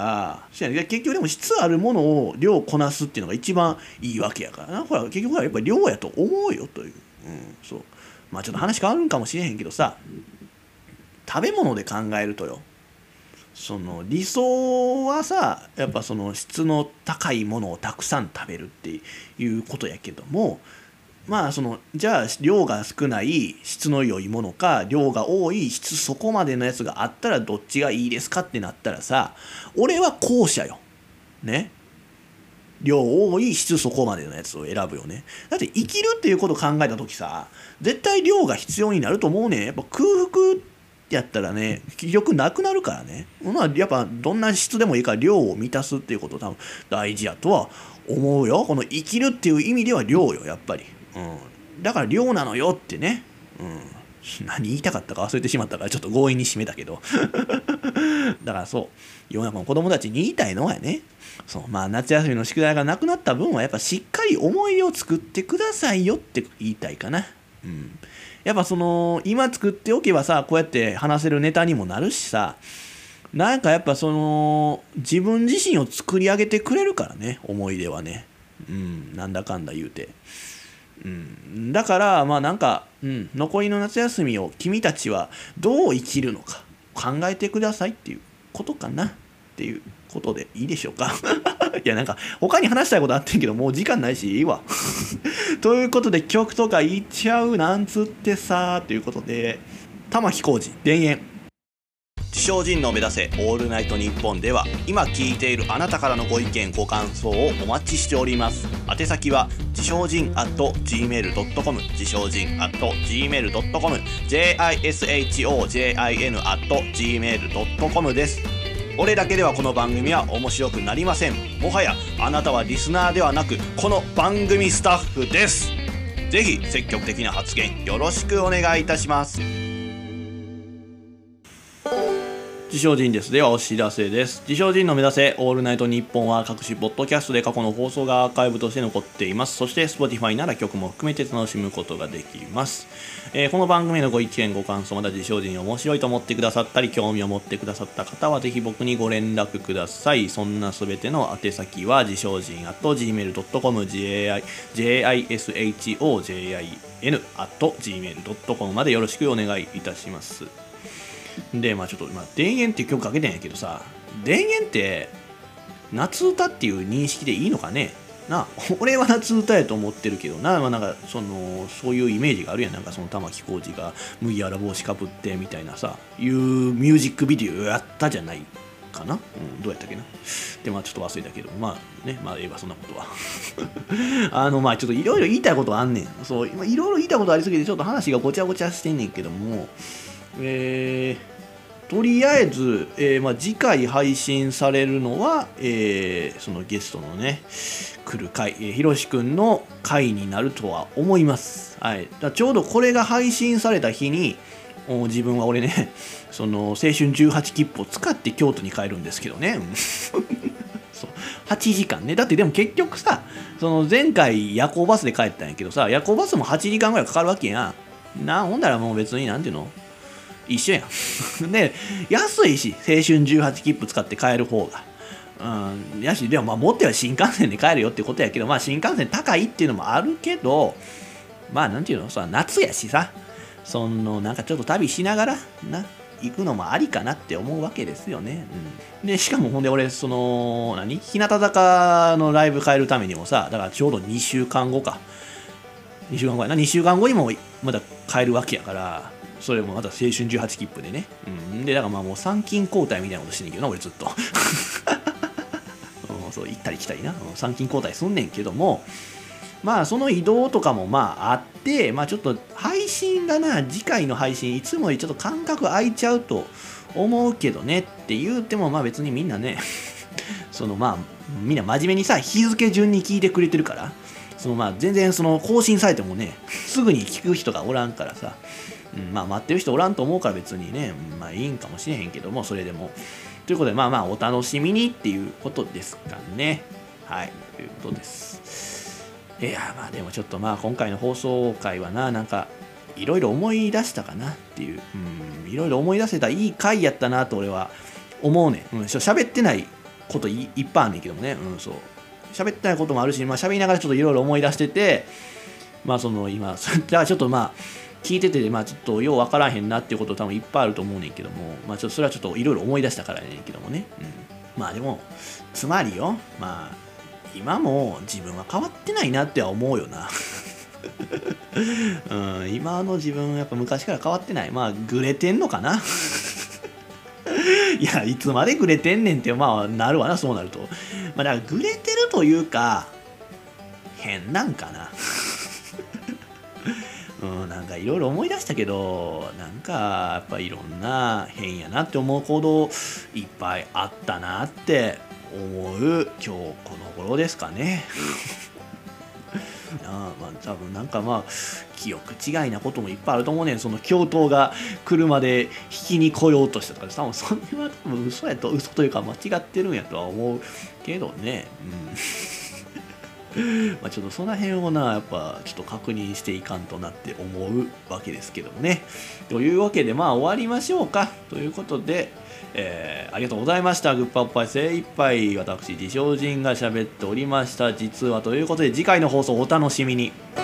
結局でも質あるものを量こなすっていうのが一番いいわけやからな。ほら結局はやっぱり量やと思うよという、うん、そう。まあちょっと話変わるんかもしれへんけどさ、食べ物で考えるとよ、その理想はさ、やっぱその質の高いものをたくさん食べるっていうことやけども、まあそのじゃあ量が少ない質の良いものか、量が多い質そこまでのやつがあったらどっちがいいですかってなったらさ、俺は後者よね。量多い質そこまでのやつを選ぶよね。だって生きるっていうことを考えた時さ、絶対量が必要になると思うねん。やっぱ空腹やったらね、気力なくなるからね。まあやっぱどんな質でもいいから量を満たすっていうこと多分大事やとは思うよ。この生きるっていう意味では量よやっぱり。うん、だから量なのよってね。うん、何言いたかったか忘れてしまったからちょっと強引に締めたけどだからそう、世の中の子供たちに言いたいのはね、そう、まあ夏休みの宿題がなくなった分はやっぱしっかり思い出を作ってくださいよって言いたいかな。うん、やっぱその今作っておけばさ、こうやって話せるネタにもなるしさ、なんかやっぱその自分自身を作り上げてくれるからね、思い出はね。うん、なんだかんだ言うて。うん、だからまあなんか、うん、残りの夏休みを君たちはどう生きるのか考えてくださいっていうことかなっていうことでいいでしょうかいやなんか他に話したいことあってんけどもう時間ないしいいわということで曲とか言っちゃうなんつってさということで、玉置浩二田園。自称人の目指せオールナイトニッポンでは今聞いているあなたからのご意見ご感想をお待ちしております。宛先は自称人 アットジーメールドットコム 自称人 アットジーメールドットコム ジェイアイエスエイチオージェイアイエヌ アットジーメールドットコム です。俺だけではこの番組は面白くなりません。もはやあなたはリスナーではなくこの番組スタッフです。ぜひ積極的な発言よろしくお願いいたします。自称人です。ではお知らせです。自称人の目指せオールナイトニッポンは各種ポッドキャストで過去の放送がアーカイブとして残っています。そして Spotify なら曲も含めて楽しむことができます。えー、この番組のご意見ご感想、また自称人面白いと思ってくださったり興味を持ってくださった方はぜひ僕にご連絡ください。そんなすべての宛先は自称人 アットジーメールドットコム ジェイアイエスエイチオージェイアイエヌ アットジーメールドットコム までよろしくお願いいたします。でまあちょっとまあ田園っていう曲かけてんやけどさ、田園って夏歌っていう認識でいいのかねな。俺は夏歌やと思ってるけどな、まあ、なんかそのそういうイメージがあるやん。なんかその玉置浩二が麦わら帽子かぶってみたいなさいうミュージックビデオやったじゃないかな、うん、どうやったっけな。でまあちょっと忘れたけど、まあね、まあええわそんなことはあのまあちょっといろいろ言いたいことあんねん。そういろいろ言いたいことありすぎてちょっと話がごちゃごちゃしてんねんけども、えー、とりあえず、えーまあ、次回配信されるのは、えー、そのゲストのね来る回、えー、ひろしくんの回になるとは思います。はい、だちょうどこれが配信された日に自分は俺ねその青春じゅうはち切符を使って京都に帰るんですけどねそうはちじかんね。だってでも結局さ、その前回夜行バスで帰ったんやけどさ、夜行バスもはちじかんぐらいかかるわけやんな。ほんだらもう別になんていうの一緒やんで安いし青春じゅうはち切符使って帰る方が、うん、やしでもまあ持っては新幹線で帰るよってことやけど、まあ新幹線高いっていうのもあるけど、まあなんていうのさ、夏やしさ、そのなんかちょっと旅しながらな行くのもありかなって思うわけですよね、うん、でしかもほんで俺その何日向坂のライブ変えるためにもさ、だからちょうどにしゅうかんごかにしゅうかんごやな、にしゅうかんごにもまだ変えるわけやから、それもまた青春じゅうはち切符でね、うん、でだからまあもう参勤交代みたいなことしてんねんけどな俺ずっとそう行ったり来たりな参勤交代すんねんけども、 まあその移動とかもまああって、まあちょっと配信がな、次回の配信いつもよりちょっと間隔空いちゃうと思うけどねって言うても、まあ別にみんなねそのまあみんな真面目にさ、日付順に聞いてくれてるから、そのまあ全然その更新されてもね、すぐに聞く人がおらんからさ、うん、まあ待ってる人おらんと思うから別にね、まあいいんかもしれへんけども、それでも。ということで、まあまあお楽しみにっていうことですかね。はい、ということです。いや、まあでもちょっとまあ今回の放送回はな、なんかいろいろ思い出したかなっていう、うん、いろいろ思い出せたいい回やったなと俺は思うねん。うん、喋ってないこと い, いっぱいあんねんけどもね、うん、そう。喋ってないこともあるし、まあ喋りながらちょっといろいろ思い出してて、まあその今、だからちょっとまあ、聞いてて、まあちょっとようわからへんなっていうこと多分いっぱいあると思うねんけども、まあちょっとそれはちょっといろいろ思い出したからやねんけどもね。うん、まあでも、つまりよ、まあ、今も自分は変わってないなっては思うよな。うん、今の自分はやっぱ昔から変わってない。まあ、グレてんのかな。いや、いつまでグレてんねんって、まあ、なるわな、そうなると。まあ、だからグレてるというか、変なんかな。うん、なんかいろいろ思い出したけど、なんかやっぱいろんな変やなって思う行動いっぱいあったなって思う今日この頃ですかね。あまあ多分なんかまあ記憶違いなこともいっぱいあると思うねん。その教頭が車で引きに来ようとしたとか、多分それは多分嘘やと嘘というか間違ってるんやとは思うけどね。うんまあちょっとその辺をな、やっぱちょっと確認していかんとなって思うわけですけどもね。というわけでまあ終わりましょうか。ということで、えー、ありがとうございました。グッパッパイ精一杯私、自称人が喋っておりました。実はということで次回の放送お楽しみに。